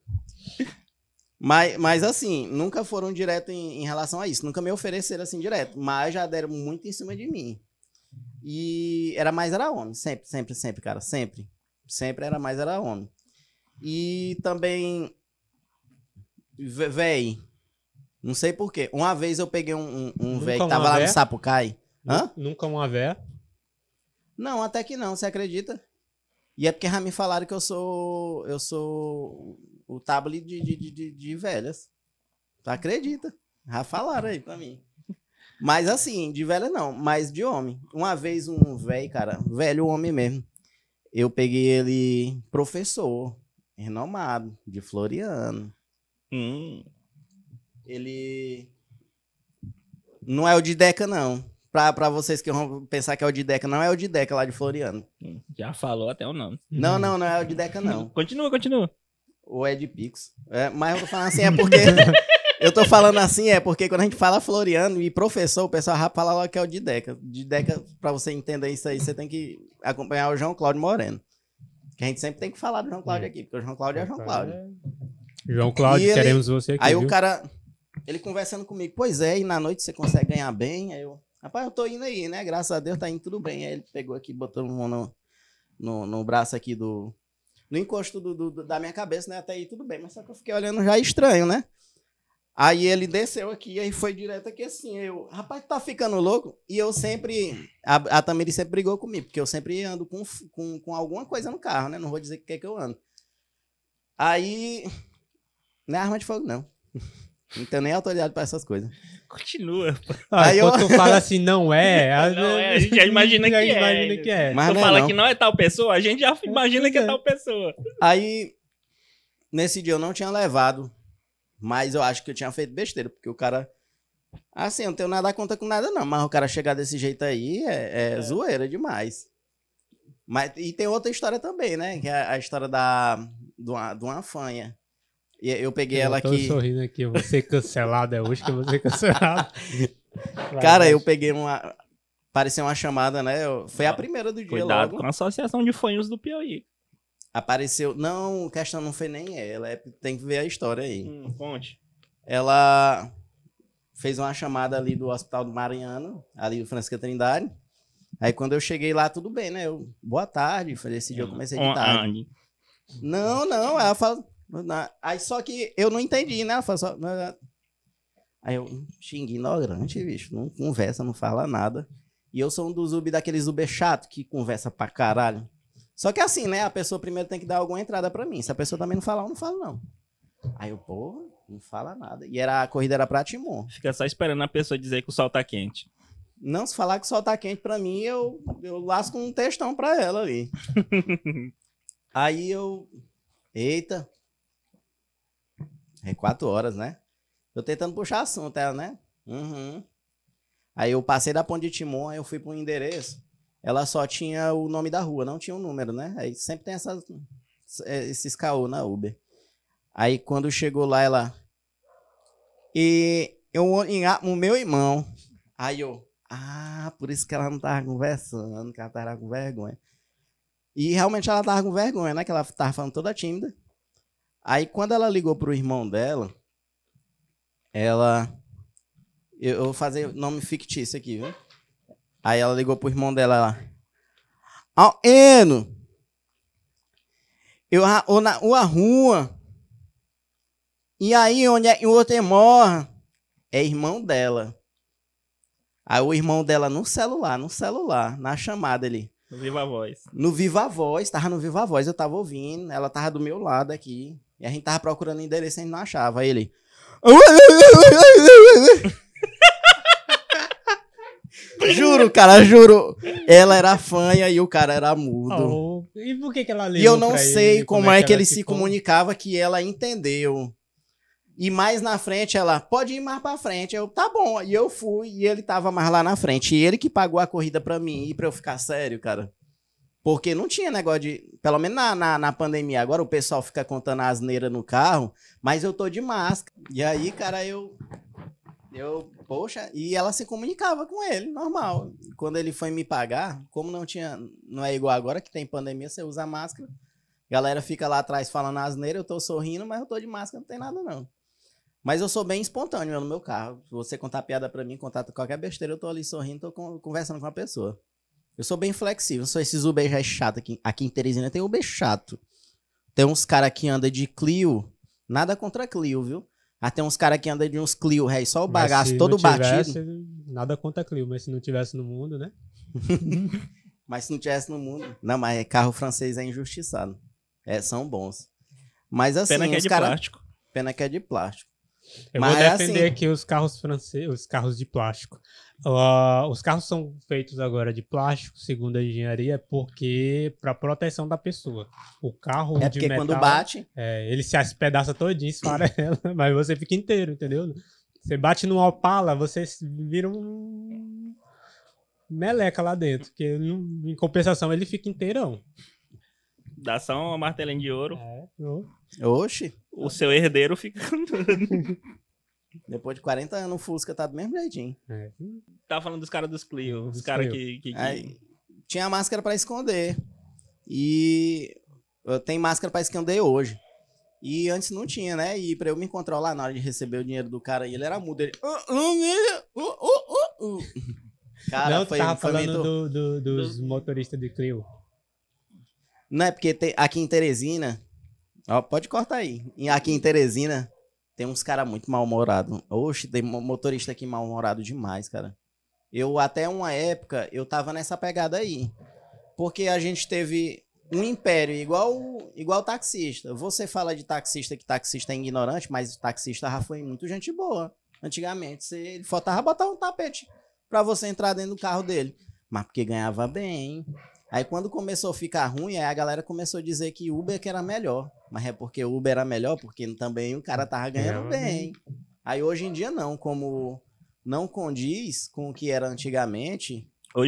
Mas assim, nunca foram direto em relação a isso. Nunca me ofereceram assim direto. Mas já deram muito em cima de mim. E era homem. Sempre, cara. Sempre. Sempre era homem. E também, véi, não sei porquê. Uma vez eu peguei um Nunca véi que uma tava lá no véia? Sapucaí. Hã? Nunca uma véia. Não, até que não, você acredita? E é porque já me falaram que eu sou o tablet de velhas. Tu acredita? Já falaram aí pra mim. Mas assim, de velha não, mas de homem. Uma vez um velho, cara, velho homem mesmo. Eu peguei ele professor, renomado, de Floriano. Ele não é o de Deca, não. Pra vocês que vão pensar que é o de Deca, não é o de Deca lá de Floriano. Já falou até o nome. Não é o de Deca, não. Continua. Ou é de Pix. Mas eu tô falando assim, é porque... eu tô falando assim, é porque quando a gente fala Floriano e professor, o pessoal já fala logo que é o de Deca. De Deca, pra você entender isso aí, você tem que acompanhar o João Cláudio Moreno. Que a gente sempre tem que falar do João Cláudio aqui, porque o João Cláudio é João Cláudio. João Cláudio, E ele- queremos você aqui, Aí viu? o cara, ele conversando comigo, pois é, e na noite você consegue ganhar bem? Aí eu, rapaz, eu tô indo aí, né? Graças a Deus tá indo tudo bem. Aí ele pegou aqui, botou no braço aqui no encosto da minha cabeça, né? Até aí tudo bem, mas só que eu fiquei olhando já estranho, né? Aí ele desceu aqui, aí foi direto aqui assim, eu, rapaz, tu tá ficando louco? E eu sempre, a Tamiri sempre brigou comigo, porque eu sempre ando com alguma coisa no carro, né? Não vou dizer o que é que eu ando. Aí, não é arma de fogo, não. Não tenho nem autoridade pra essas coisas. Continua. Aí Aí eu- quando tu fala assim, não é... Não é, a gente já imagina que é. imagina que é. Mas Tu não é fala não. que não é tal pessoa, a gente já imagina que é É. tal pessoa. Aí, nesse dia eu não tinha levado, mas eu acho que eu tinha feito besteira, porque o cara... Assim, eu não tenho nada a conta com nada não, mas o cara chegar desse jeito aí é zoeira demais. Mas, e tem outra história também, né? Que é a história de uma fanha. E eu peguei ela Eu tô aqui... sorrindo aqui, eu vou ser cancelado, é hoje que eu vou ser cancelado. Cara, eu peguei uma... Apareceu uma chamada, né? Foi a primeira do dia Cuidado logo. com a Associação de Fanhos do Piauí. Apareceu... Não, a questão não foi nem ela, tem que ver a história aí. Conte. Ela fez uma chamada ali do Hospital do Mariano, ali do Francisca Trindade. Aí quando eu cheguei lá, tudo bem, né? Eu, boa tarde, falei, esse dia eu comecei de tarde. Não, ela falou... Aí só que eu não entendi, né? Ela falou só... Aí eu, xingue ignorante, bicho, não conversa, não fala nada. E eu sou um dos Uber, daqueles Uber chato que conversa pra caralho. Só que assim, né? A pessoa primeiro tem que dar alguma entrada pra mim. Se a pessoa também não falar, eu não falo, não. Aí eu, porra, não fala nada. E a corrida era pra Timon. Fica só esperando a pessoa dizer que o sol tá quente. Não, se falar que o sol tá quente pra mim, eu lasco um textão pra ela ali. Aí eu... Eita. É 4 horas, né? Eu tentando puxar assunto, ela, né? Uhum. Aí eu passei da ponte de Timon, aí eu fui pro endereço. Ela só tinha o nome da rua, não tinha um número, né? Aí sempre tem esses caô na Uber. Aí quando chegou lá, ela... E o meu irmão... Aí eu... Ah, por isso que ela não tava conversando, que ela tava com vergonha. E realmente ela tava com vergonha, né? Que ela tava falando toda tímida. Aí quando ela ligou pro irmão dela, ela... Eu vou fazer nome fictício aqui, viu? Aí ela ligou pro irmão dela lá. Ó, Eno! O rua. E aí, onde é que você mora? É irmão dela. Aí o irmão dela no celular, na chamada ali. No Viva Voz. No Viva Voz, tava no Viva Voz, eu tava ouvindo, ela tava do meu lado aqui. E a gente tava procurando endereço e a gente não achava. Aí ele... Juro, cara, juro. Ela era fanha e o cara era mudo. E por que ela ligou E eu não pra sei ele? como é que ele ela se ficou? comunicava que ela entendeu. E mais na frente, ela, pode ir mais pra frente. Eu, tá bom. E eu fui, e ele tava mais lá na frente. E ele que pagou a corrida pra mim, e pra eu ficar sério, cara. Porque não tinha negócio de... Pelo menos na pandemia. Agora o pessoal fica contando asneira no carro, mas eu tô de máscara. E aí, cara, poxa, e ela se comunicava com ele, normal. Quando ele foi me pagar, como não é igual agora que tem pandemia, você usa máscara. Galera fica lá atrás falando asneira, eu tô sorrindo, mas eu tô de máscara, não tem nada não. Mas eu sou bem espontâneo no meu carro. Se você contar piada pra mim, contar qualquer besteira, eu tô ali sorrindo, tô conversando com a pessoa. Eu sou bem flexível, sou esses Uber já chato aqui. Aqui em Teresina tem Uber chato. Tem uns caras que andam de Clio, nada contra Clio, viu? Tem uns caras que andam de uns Clio, rei, só o bagaço todo batido. Nada contra Clio, mas se não tivesse no mundo, né? Mas se não tivesse no mundo... Não, mas carro francês é injustiçado. São bons. Mas assim, Pena que é de plástico. Pena que é de plástico. Eu Mas vou defender assim... aqui os carros franceses, os carros de plástico. Os carros são feitos agora de plástico, segundo a engenharia, porque para proteção da pessoa. O carro de porque metal, quando bate... ele se despedaça todinho, esfarela, mas você fica inteiro, entendeu? Você bate num Opala, você vira um meleca lá dentro, porque em compensação ele fica inteirão. Dá só uma martelinha de ouro. Oxi. O seu herdeiro fica com tudo. Depois de 40 anos, o Fusca tá do mesmo jeitinho. Tava falando dos caras dos Clio. Os caras que... Aí, tinha máscara pra esconder. E eu tenho máscara pra esconder hoje. E antes não tinha, né? E pra eu me controlar na hora de receber o dinheiro do cara, ele era mudo. Ele... Cara, não, tu tava falando dos motoristas de Clio. Não, é porque aqui em Teresina... Ó, pode cortar aí. Aqui em Teresina tem uns caras muito mal-humorados. Oxe, tem motorista aqui mal-humorado demais, cara. Eu, até uma época, eu tava nessa pegada aí. Porque a gente teve um império igual taxista. Você fala de taxista que taxista é ignorante, mas taxista já foi muito gente boa. Antigamente, ele faltava botar um tapete pra você entrar dentro do carro dele. Mas porque ganhava bem. Aí quando começou a ficar ruim, aí a galera começou a dizer que Uber que era melhor. Mas é porque Uber era melhor, porque também o cara tava ganhando bem. Aí hoje em dia não, como não condiz com o que era antigamente.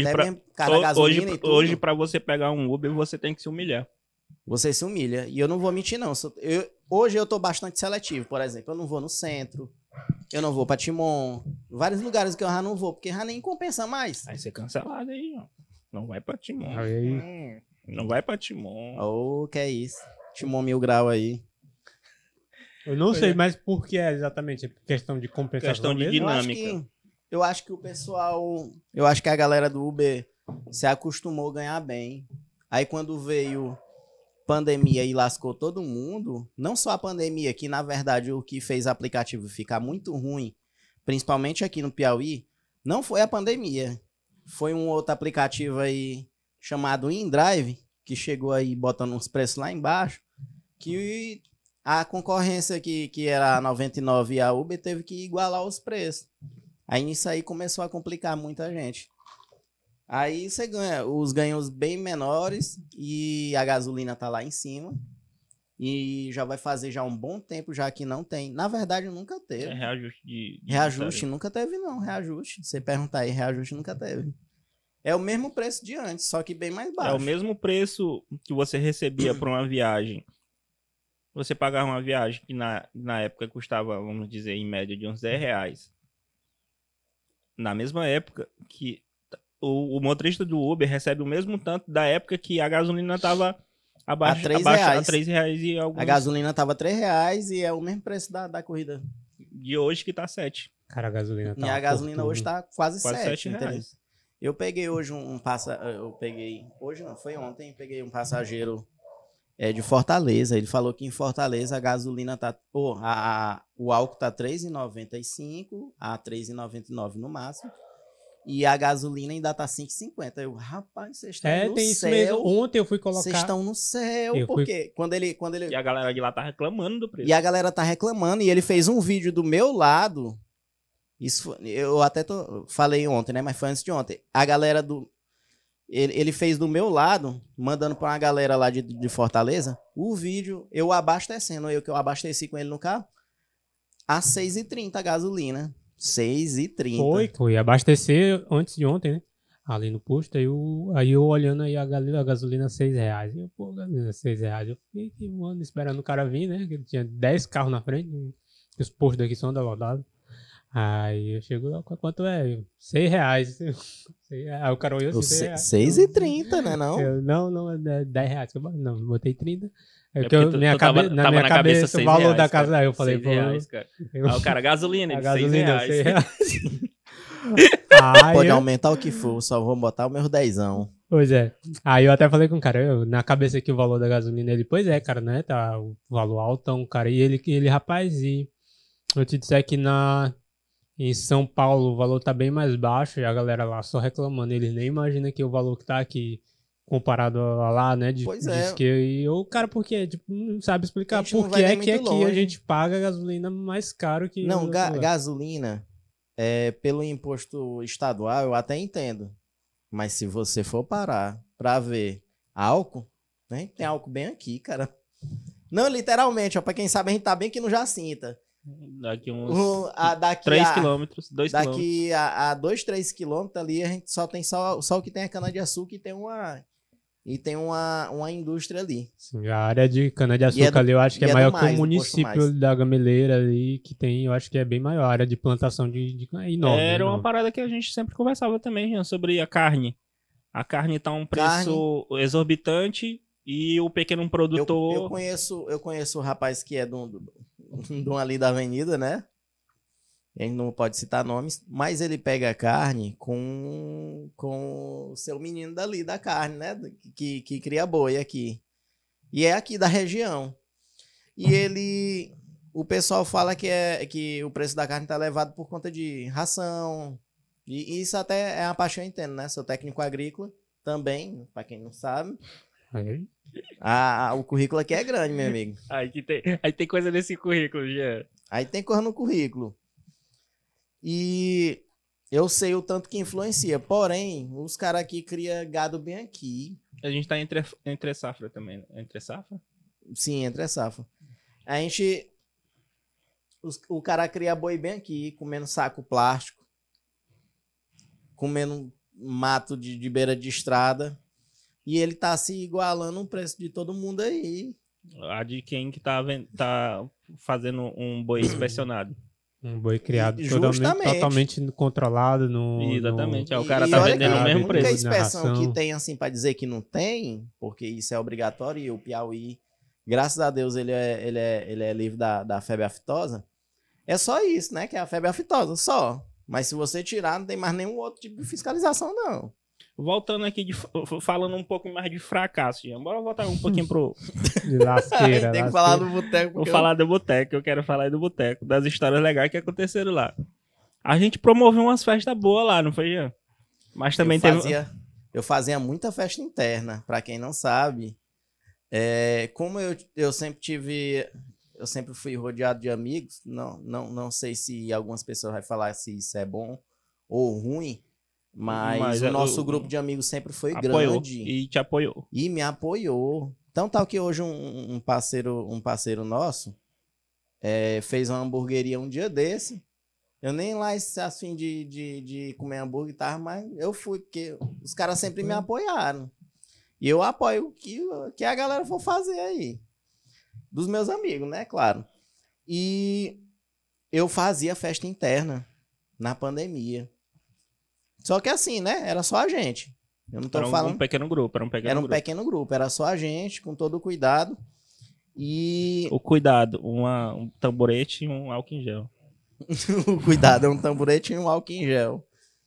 Hoje pra você pegar um Uber, você tem que se humilhar. Você se humilha. E eu não vou mentir, não. Hoje eu tô bastante seletivo, por exemplo. Eu não vou no centro, eu não vou pra Timon. Vários lugares que eu já não vou, porque já nem compensa mais. Aí você cancelado aí, ó. Não vai pra Timon. Não vai pra Timon. Oh, que é isso. Timon 1000 grau aí. Eu não sei, mas por que é exatamente? Questão de compensação questão de mesmo? dinâmica. Eu acho que o pessoal... Eu acho que a galera do Uber se acostumou a ganhar bem. Aí quando veio pandemia e lascou todo mundo, não só a pandemia, que na verdade o que fez o aplicativo ficar muito ruim, principalmente aqui no Piauí, não foi a pandemia. Foi um outro aplicativo aí chamado InDrive, que chegou aí botando uns preços lá embaixo, que a concorrência que era a 99 e a Uber teve que igualar os preços. Aí nisso aí começou a complicar muita gente. Aí você ganha os ganhos bem menores e a gasolina tá lá em cima. E já vai fazer já um bom tempo já que não tem. Na verdade, nunca teve. Reajuste Reajuste nunca teve, não. Reajuste. Você perguntar aí, reajuste nunca teve. É o mesmo preço de antes, só que bem mais baixo. É o mesmo preço que você recebia por uma viagem. Você pagava uma viagem que na época custava, vamos dizer, em média de uns R$10. Na mesma época que o motorista do Uber recebe o mesmo tanto da época que a gasolina tava abaixo, A R$3. abaixo a R$3 e alguns... A gasolina tava R$3 e é o mesmo preço da corrida. De hoje que tá 7. Cara, a gasolina tá E a gasolina fortuna. hoje tá quase Quase 7, R$7. entendeu? Eu peguei hoje hoje não, foi ontem, peguei um passageiro de Fortaleza. Ele falou que em Fortaleza a gasolina tá, o álcool tá R$3,95 a R$3,99 no máximo. E a gasolina ainda tá R$5,50. Eu, rapaz, vocês estão no tem isso céu. mesmo. Ontem eu fui colocar... Vocês estão no céu, Eu fui- porque quando ele E a galera de lá tá reclamando do preço. e a galera tá reclamando, e ele fez um vídeo do meu lado. Eu até falei ontem, né? Mas foi antes de ontem. A galera do. Ele fez do meu lado, mandando pra uma galera lá de Fortaleza, o vídeo, eu abastecendo, que eu abasteci com ele no carro, a R$6,30 a gasolina. R$6,30. Foi abastecer antes de ontem, né? Ali no posto, aí eu olhando aí a gasolina R$6. Eu, pô, gasolina R$6. Eu fiquei um ano esperando o cara vir, né? Que tinha 10 carros na frente. Os postos daqui são lodados. Aí eu chego lá, quanto é? R$6. Aí o cara olhou assim, R$6. R$6,30, né não? Não, é R$10. Não, eu botei 30. É porque tu tava na minha cabeça o valor da casa. Aí eu falei, pô. R$6, cara. Aí o cara, gasolina, A ele, gasolina, R$6. Pode aumentar o que for, só vou botar o meu dezão. Pois é. Aí eu até falei com o cara, na cabeça aqui o valor da gasolina, ele, pois é, cara, né? Tá o valor altão, cara. E ele, rapaz, e eu te disser que em São Paulo o valor tá bem mais baixo e a galera lá só reclamando. Eles nem imaginam que o valor que tá aqui comparado a lá, né? Pois é. E eu, cara, por quê? Tipo, não sabe A explicar gente não por vai que nem é que muito aqui a longe. gente paga a gasolina mais caro que... Não, no outro lugar. gasolina, pelo imposto estadual, eu até entendo. Mas se você for parar pra ver álcool, né? Tem álcool bem aqui, cara. Não, literalmente, ó, pra quem sabe, a gente tá bem aqui no Jacinta. Daqui uns Daqui 3 quilômetros, 2 quilômetros. Daqui a 2, 3 quilômetros ali, a gente só tem só o que tem a cana-de-açúcar e tem uma indústria ali. Sim, a área de cana-de-açúcar ali eu acho que é maior que o município da Gameleira ali, que tem, eu acho que é bem maior. A área de plantação é enorme. Era uma enorme. parada que a gente sempre conversava também, Jean, sobre a carne. A carne tá um preço exorbitante e o pequeno produtor... Eu conheço o rapaz que é de um ali da avenida, né? A gente não pode citar nomes, mas ele pega a carne com o seu menino dali da carne, né? Que cria boi aqui. E é aqui da região. E o pessoal fala que o preço da carne tá elevado por conta de ração. E isso até é uma paixão, eu entendo, né? Sou técnico agrícola também, para quem não sabe. Aí, O currículo aqui é grande, meu amigo. Aí tem coisa nesse currículo, Jean. Aí tem coisa no currículo. E eu sei o tanto que influencia. Porém, os caras aqui criam gado bem aqui. A gente tá entre safra também, né? Entre safra? Sim, entre safra. A gente... O cara cria boi bem aqui, comendo saco plástico. Comendo mato de beira de estrada. E ele tá se igualando o preço de todo mundo aí. A de quem que tá fazendo um boi inspecionado. um boi criado Justamente. totalmente controlado no... Exatamente. no- O cara E tá olha vendendo que o mesmo a preço. única inspeção narração. que tem, assim, pra dizer que não tem, porque isso é obrigatório, e o Piauí, graças a Deus, ele é livre da febre aftosa, é só isso, né? Que é a febre aftosa, só. Mas se você tirar, não tem mais nenhum outro tipo de fiscalização, não. Voltando aqui, falando um pouco mais de fracasso, Jean. Bora voltar um pouquinho pro... de lasqueira. Tem que lasqueira. falar do boteco. Vou falar do boteco, eu quero falar aí do boteco, das histórias legais que aconteceram lá. A gente promoveu umas festas boas lá, não foi, Jean? Mas também Eu fazia muita festa interna, pra quem não sabe. Como eu sempre fui rodeado de amigos, não sei se algumas pessoas vão falar se isso é bom ou ruim, mas o nosso grupo de amigos sempre foi apoiou grande. e te apoiou. E me apoiou. Então, tal que hoje um parceiro nosso fez uma hamburgueria um dia desse. Eu nem lá assim de comer hambúrguer tava, mas eu fui, porque os caras sempre me apoiaram. E eu apoio o que a galera for fazer aí. Dos meus amigos, né? Claro. E eu fazia festa interna na pandemia. Só que assim, né? Era só a gente. Eu não tô Era falando... um pequeno grupo, era um pequeno Era um grupo. pequeno grupo, era só a gente, com todo o cuidado. E O cuidado, um tamborete e um álcool em gel. o cuidado é um tamborete e um álcool em gel.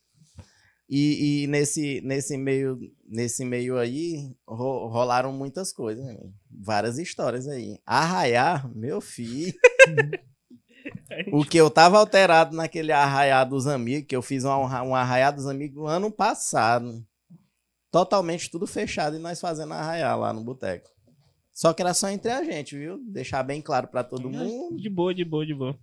E nesse meio aí, rolaram muitas coisas, né? Várias histórias aí. Arraiar, meu filho. O que eu tava alterado naquele arraiar dos amigos, que eu fiz um arraiar dos amigos no ano passado. Totalmente tudo fechado e nós fazendo arraiar lá no boteco. Só que era só entre a gente, viu? Deixar bem claro pra todo mundo. De boa, de boa, de boa.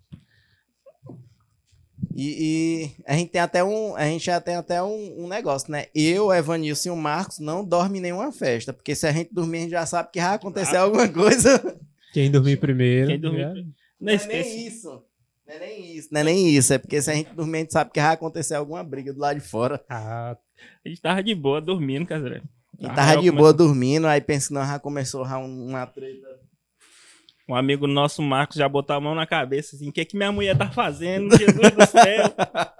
E a gente tem até um negócio, né? Eu, o Evanilson e o Marcos não dormem em nenhuma festa, porque se a gente dormir, a gente já sabe que vai acontecer alguma coisa. Quem dormir primeiro. Quem dormir já- primeiro. Não é nem isso. Não é nem isso. Não é nem isso. É porque se a gente dormir, a gente sabe que vai acontecer alguma briga do lado de fora. Ah, A gente tava de boa dormindo, Casaré. E tava de boa dormindo, aí pensa que não, já começou uma treta. Um amigo nosso, Marcos, já botou a mão na cabeça assim, o que minha mulher tá fazendo, Jesus do céu?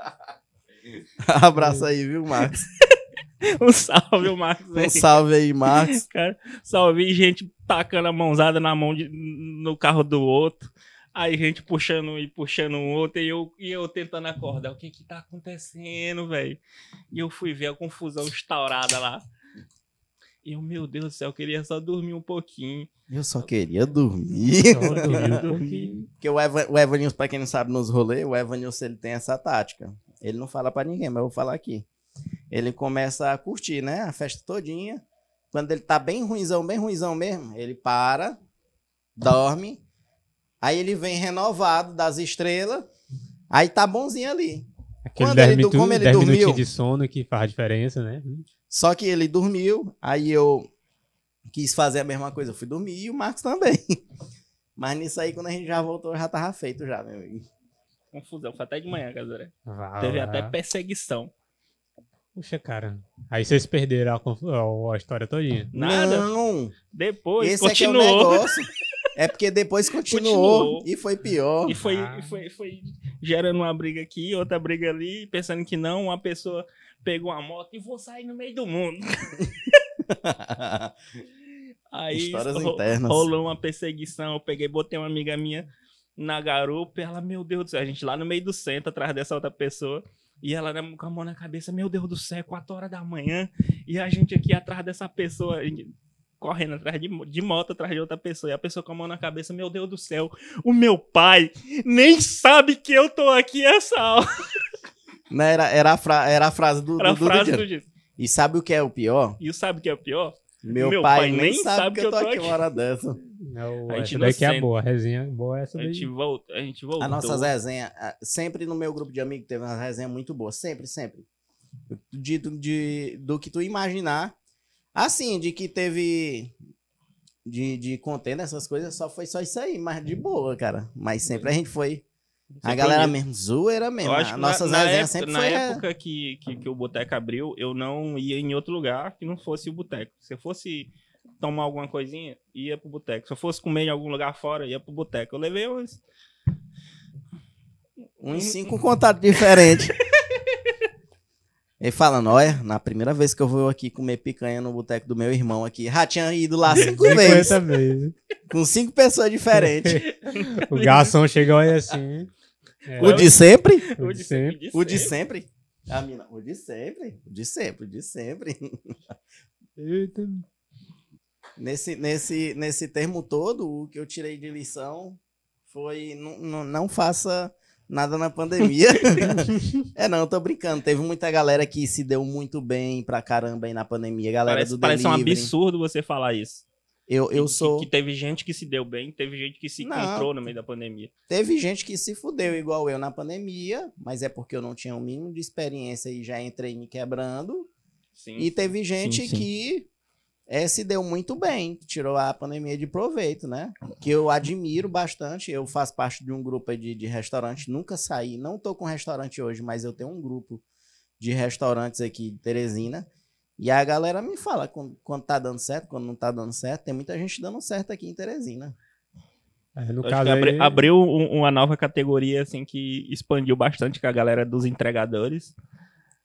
Abraço aí, viu, Marcos? Um salve, o Marcos. Um salve aí, Marcos. Cara, só vi gente tacando a mãozada no carro do outro. Aí gente puxando e puxando o outro. E eu tentando acordar. O que tá acontecendo, velho? E eu fui ver a confusão instaurada lá. E eu, meu Deus do céu, eu queria só dormir um pouquinho. Eu só queria dormir. só dormir um pouquinho. Porque o Evanilson, pra quem não sabe nos rolês, o Evanilson ele tem essa tática. Ele não fala pra ninguém, mas eu vou falar aqui. Ele começa a curtir, né? A festa todinha. Quando ele tá bem ruinzão mesmo, ele para, dorme. Aí ele vem renovado das estrelas. Aí tá bonzinho ali. Aquele Quando 10 ele- como ele 10 dormiu- minutinhos de sono que faz a diferença, né? Só que ele dormiu, aí eu quis fazer a mesma coisa. Eu fui dormir e o Marcos também. Mas nisso aí, quando a gente já voltou, já tava feito já, meu amigo. Confusão, foi até de manhã, Casaré. Vá Teve lá. até perseguição. Puxa, cara. Aí vocês perderam a história todinha. Nada. Não! Depois Esse aqui é o continuou. negócio. É porque depois continuou. E foi pior. E foi Ah. gerando uma briga aqui, outra briga ali, pensando que não, uma pessoa pegou uma moto e vou sair no meio do mundo. Aí Histórias internas. rolou uma perseguição, eu peguei, botei uma amiga minha na garupa, e ela, meu Deus do céu, a gente lá no meio do centro, atrás dessa outra pessoa, e ela com a mão na cabeça, meu Deus do céu, 4 horas da manhã, e a gente aqui atrás dessa pessoa, correndo atrás de moto, atrás de outra pessoa, e a pessoa com a mão na cabeça, meu Deus do céu, o meu pai nem sabe que eu tô aqui essa hora. Não, era a frase do Era a frase dia. do dia. E sabe o que é o pior? E sabe o que é o pior? Meu pai nem sabe que eu tô aqui uma hora dessa. Não, A gente essa daqui é inocente. boa. A resenha boa é essa A daí. gente voltou. As nossas resenhas, sempre no meu grupo de amigos teve uma resenha muito boa. Sempre. Do que tu imaginar. Assim, de que teve de contendo essas coisas, foi só isso aí, mas de boa, cara. Mas sempre a gente foi. A Sempre galera unido. mesmo, zoeira mesmo. Eu acho A que nossas na resenhas época, sempre na foi. época que o boteco abriu, eu não ia em outro lugar que não fosse o boteco. Se eu fosse tomar alguma coisinha, ia pro boteco. Se eu fosse comer em algum lugar fora, ia pro boteco. Eu levei Uns 5 contatos diferentes. Ele falando, olha, na primeira vez que eu vou aqui comer picanha no boteco do meu irmão aqui, já tinha ido lá 5 vezes, 50 vezes. com 5 pessoas diferentes. O garçom chega olha assim. É, O de sempre? o de sempre. O de sempre? A mina, o de sempre? O de sempre, o de sempre. Eita. Nesse termo todo, o que eu tirei de lição foi não faça nada na pandemia. Não, eu tô brincando. Teve muita galera que se deu muito bem pra caramba aí na pandemia. Galera do Parece um delivery. absurdo você falar isso. Eu sou... Que teve gente que se deu bem, teve gente que se Não. encontrou no meio da pandemia. Teve gente que se fudeu igual eu na pandemia, mas é porque eu não tinha o mínimo de experiência e já entrei me quebrando. Sim. E teve gente sim. que se deu muito bem, tirou a pandemia de proveito, né? Que eu admiro bastante. Eu faço parte de um grupo aí de restaurante, nunca saí, não tô com restaurante hoje, mas eu tenho um grupo de restaurantes aqui de Teresina. E a galera me fala quando tá dando certo, quando não tá dando certo. Tem muita gente dando certo aqui em Teresina. No Acho caso que aí, abriu uma nova categoria assim que expandiu bastante com a galera dos entregadores.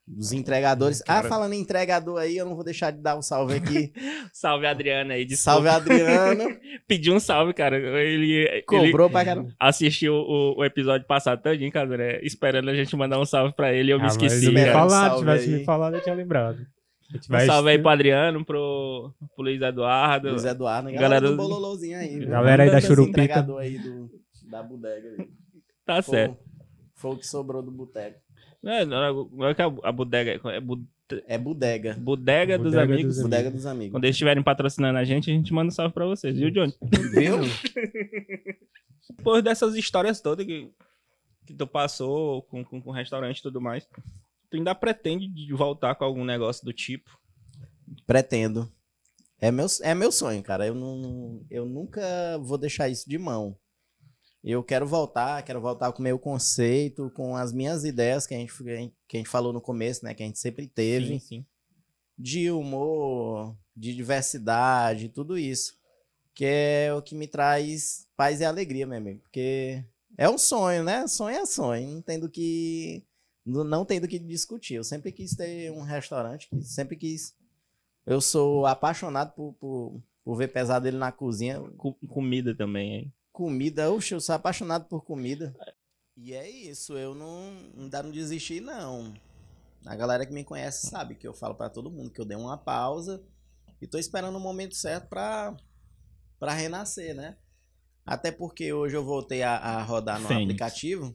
Dos entregadores. Cara. Falando em entregador aí, eu não vou deixar de dar um salve aqui. Salve, Adriana aí. Desculpa. Salve, Adriano. Pediu um salve, cara. Ele Cobrou pra caramba. assistiu o episódio passado todinho, cara, né? Esperando a gente mandar um salve pra ele. Eu me Mas esqueci. se me Espera, Cara. um falar, salve tivesse aí. me falado, eu tinha lembrado. A gente Um vai- salve aí pro Adriano, pro Luiz Eduardo. Luiz Eduardo. Galera Galera do- do Bololôzinho aí. viu? Galera aí da Manda esse Churupita. entregador aí da bodega. Aí. Tá certo. Foi o que sobrou do boteco. Não é que a bodega é É bodega. bodega dos Bodega dos amigos. Bodega dos amigos. Quando eles estiverem patrocinando a gente manda um salve pra vocês, viu, Johnny? Viu? Depois dessas histórias todas que tu passou com restaurante e tudo mais, tu ainda pretende de voltar com algum negócio do tipo? Pretendo. É meu sonho, cara. Eu nunca vou deixar isso de mão. Eu quero voltar com o meu conceito, com as minhas ideias que a gente falou no começo, né? Que a gente sempre teve. Sim. De humor, de diversidade, tudo isso. Que é o que me traz paz e alegria, meu amigo. Porque é um sonho, né? Sonho é sonho. Não tem do que discutir. Eu sempre quis ter um restaurante, sempre quis. Eu sou apaixonado por ver Pesadelo na cozinha. Comida também, hein? Comida, oxe, eu sou apaixonado por comida. E é isso, eu ainda não desisti, não. A galera que me conhece sabe que eu falo pra todo mundo que eu dei uma pausa e tô esperando o momento certo pra renascer, né? Até porque hoje eu voltei a rodar no Fênix. aplicativo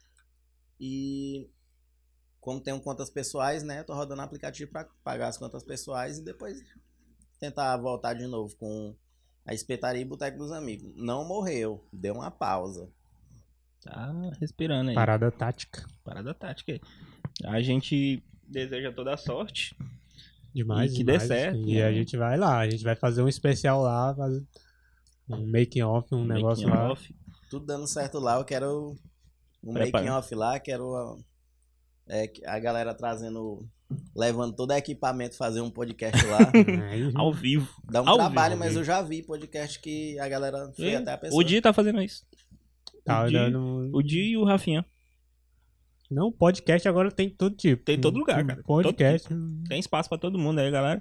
e como tenho contas pessoais, né? Eu tô rodando o aplicativo pra pagar as contas pessoais e depois tentar voltar de novo com a Espetaria e Boteco dos Amigos. Não morreu, deu uma pausa. Tá respirando aí. Parada tática. Parada tática aí. A gente deseja toda a sorte. Demais, E que demais. dê certo, E né? a gente vai lá, a gente vai fazer um especial lá, fazer um making off, um negócio Making lá. off. Tudo dando certo lá, eu quero um Prepara. making off lá, quero a galera levando todo o equipamento, fazer um podcast lá. Aí, Ao vivo. Dá um Ao trabalho, vivo, mas vivo. eu já vi podcast que a galera foi até a pessoa. O Di tá fazendo isso. tá o Di- dando... O Di e o Rafinha. Não, podcast agora tem todo tipo. Tem em todo lugar, cara. Podcast. Tem espaço pra todo mundo aí, galera.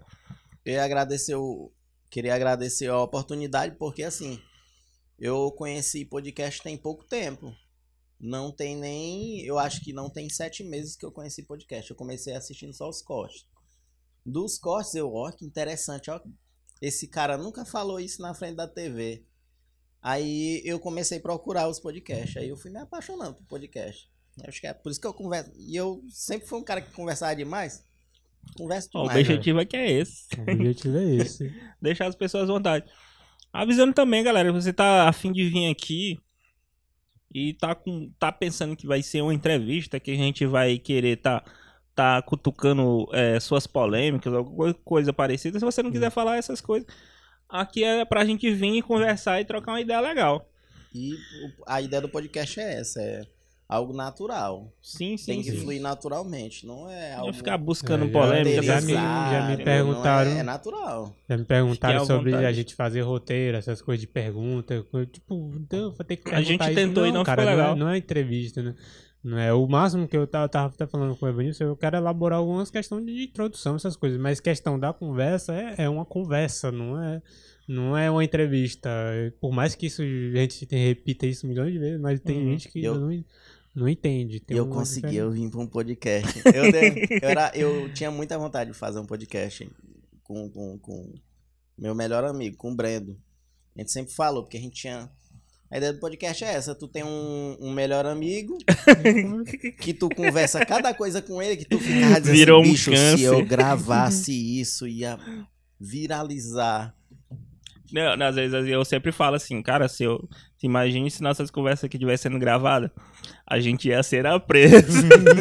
Queria agradecer a oportunidade, porque assim, eu conheci podcast tem pouco tempo. Não tem nem. Eu acho que não tem 7 meses que eu conheci podcast. Eu comecei assistindo só os cortes. Dos cortes, ó, que interessante, ó. Esse cara nunca falou isso na frente da TV. Aí eu comecei a procurar os podcasts. Aí eu fui me apaixonando por podcast. Acho que é por isso que eu converso. E eu sempre fui um cara que conversava demais. Converso Ó, o demais. objetivo aqui é esse. O objetivo é esse. Deixar as pessoas à vontade. Avisando também, galera, você tá a fim de vir aqui e tá pensando que vai ser uma entrevista, que a gente vai querer tá cutucando suas polêmicas, alguma coisa parecida. Se você não quiser falar essas coisas, aqui é pra gente vir e conversar e trocar uma ideia legal. E a ideia do podcast é essa, é algo natural. Sim, Tem sim, que sim. fluir naturalmente, não é Não algo ficar buscando já- polêmica. já essas me- coisas. já me não perguntaram. É natural. Já me perguntaram Fique à sobre vontade. a gente fazer roteiro, essas coisas de pergunta. Tipo, então, vou ter que perguntar A gente isso. tentou e não cara, ficou legal. Não é entrevista, né? Não é o máximo que eu tava até falando com o Evanilson, eu quero elaborar algumas questões de introdução, essas coisas. Mas questão da conversa é uma conversa, não é uma entrevista. Por mais que isso, a gente repita isso milhões de vezes, mas tem gente que não entende. Tem Eu uma consegui, diferença. eu vim pra um podcast. Eu tinha muita vontade de fazer um podcast com meu melhor amigo, com o Brendo. A gente sempre falou, porque a gente tinha... A ideia do podcast é essa, tu tem um melhor amigo, que tu conversa cada coisa com ele, que tu fica dizendo Virou um assim, bicho, se câncer." eu gravasse isso, ia viralizar. Não, às vezes eu sempre falo assim, cara, se imagine se nossas conversas aqui estivessem sendo gravadas, a gente ia ser preso.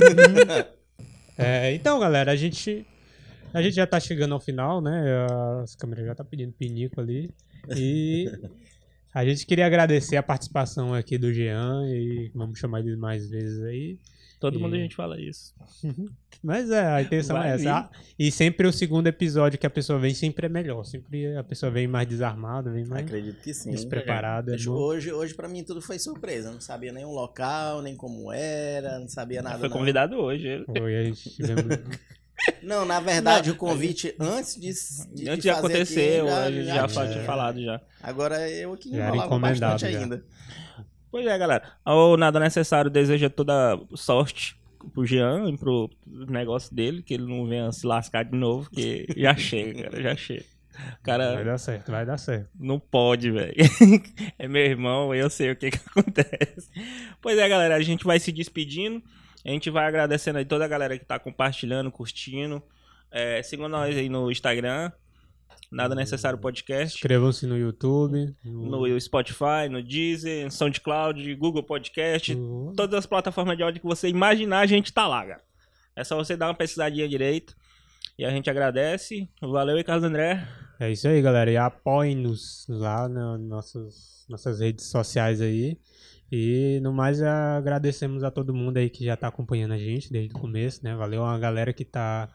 Então, galera, a gente já tá chegando ao final, né? As câmeras já tá pedindo pinico ali. E A gente queria agradecer a participação aqui do Jean e vamos chamar ele mais vezes aí. Todo mundo a gente fala isso. Mas a intenção é essa. E sempre o segundo episódio que a pessoa vem sempre é melhor. Sempre a pessoa vem mais desarmada, vem mais Acredito que sim. despreparada. Hoje pra mim tudo foi surpresa. Eu não sabia nem o local, nem como era, não sabia nada. Foi convidado hoje. Foi, a gente tivemos... Não, na verdade, o convite antes de acontecer, aqui, já tinha falado já. Agora eu aqui Já era enrolava bastante já. ainda. Pois é, galera. O Nada Necessário deseja toda sorte pro Jean e pro negócio dele, que ele não venha se lascar de novo, que já chega, cara, já chega. Cara, vai dar certo. Não pode, velho. É meu irmão, eu sei o que acontece. Pois é, galera, a gente vai se despedindo. A gente vai agradecendo aí toda a galera que tá compartilhando, curtindo. Sigam nós aí no Instagram, Nada Necessário Podcast. Inscrevam-se no YouTube. No Spotify, no Deezer, SoundCloud, Google Podcast. Todas as plataformas de áudio que você imaginar, a gente tá lá, cara. É só você dar uma pesquisadinha direito. E a gente agradece. Valeu, e Carlos André. É isso aí, galera. E apoiem-nos lá nas nossas redes sociais aí. E no mais, agradecemos a todo mundo aí que já tá acompanhando a gente desde o começo, né? Valeu a galera que tá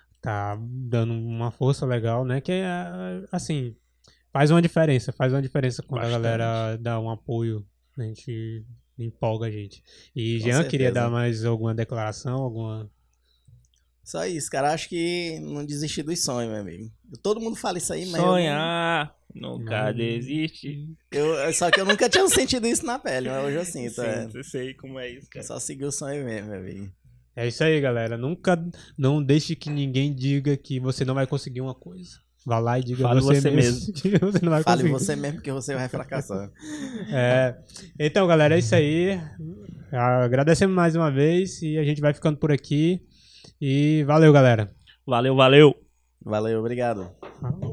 dando uma força legal, né? Que assim, faz uma diferença quando a galera dá um apoio, a gente empolga a gente. E Jean, queria dar mais alguma declaração, Só isso, cara. Acho que não desistir dos sonhos, meu amigo. Todo mundo fala isso aí, mas sonhar nunca desiste. Só que eu nunca tinha sentido isso na pele, mas hoje eu sinto. Eu sei como é isso, cara. Só seguir o sonho mesmo, meu amigo. É isso aí, galera. Não deixe que ninguém diga que você não vai conseguir uma coisa. Vá lá e diga você mesmo. Você não vai Fale conseguir. você mesmo que você vai fracassar. Então, galera, é isso aí. Agradecemos mais uma vez e a gente vai ficando por aqui. E valeu, galera. Valeu. Valeu, obrigado. Falou.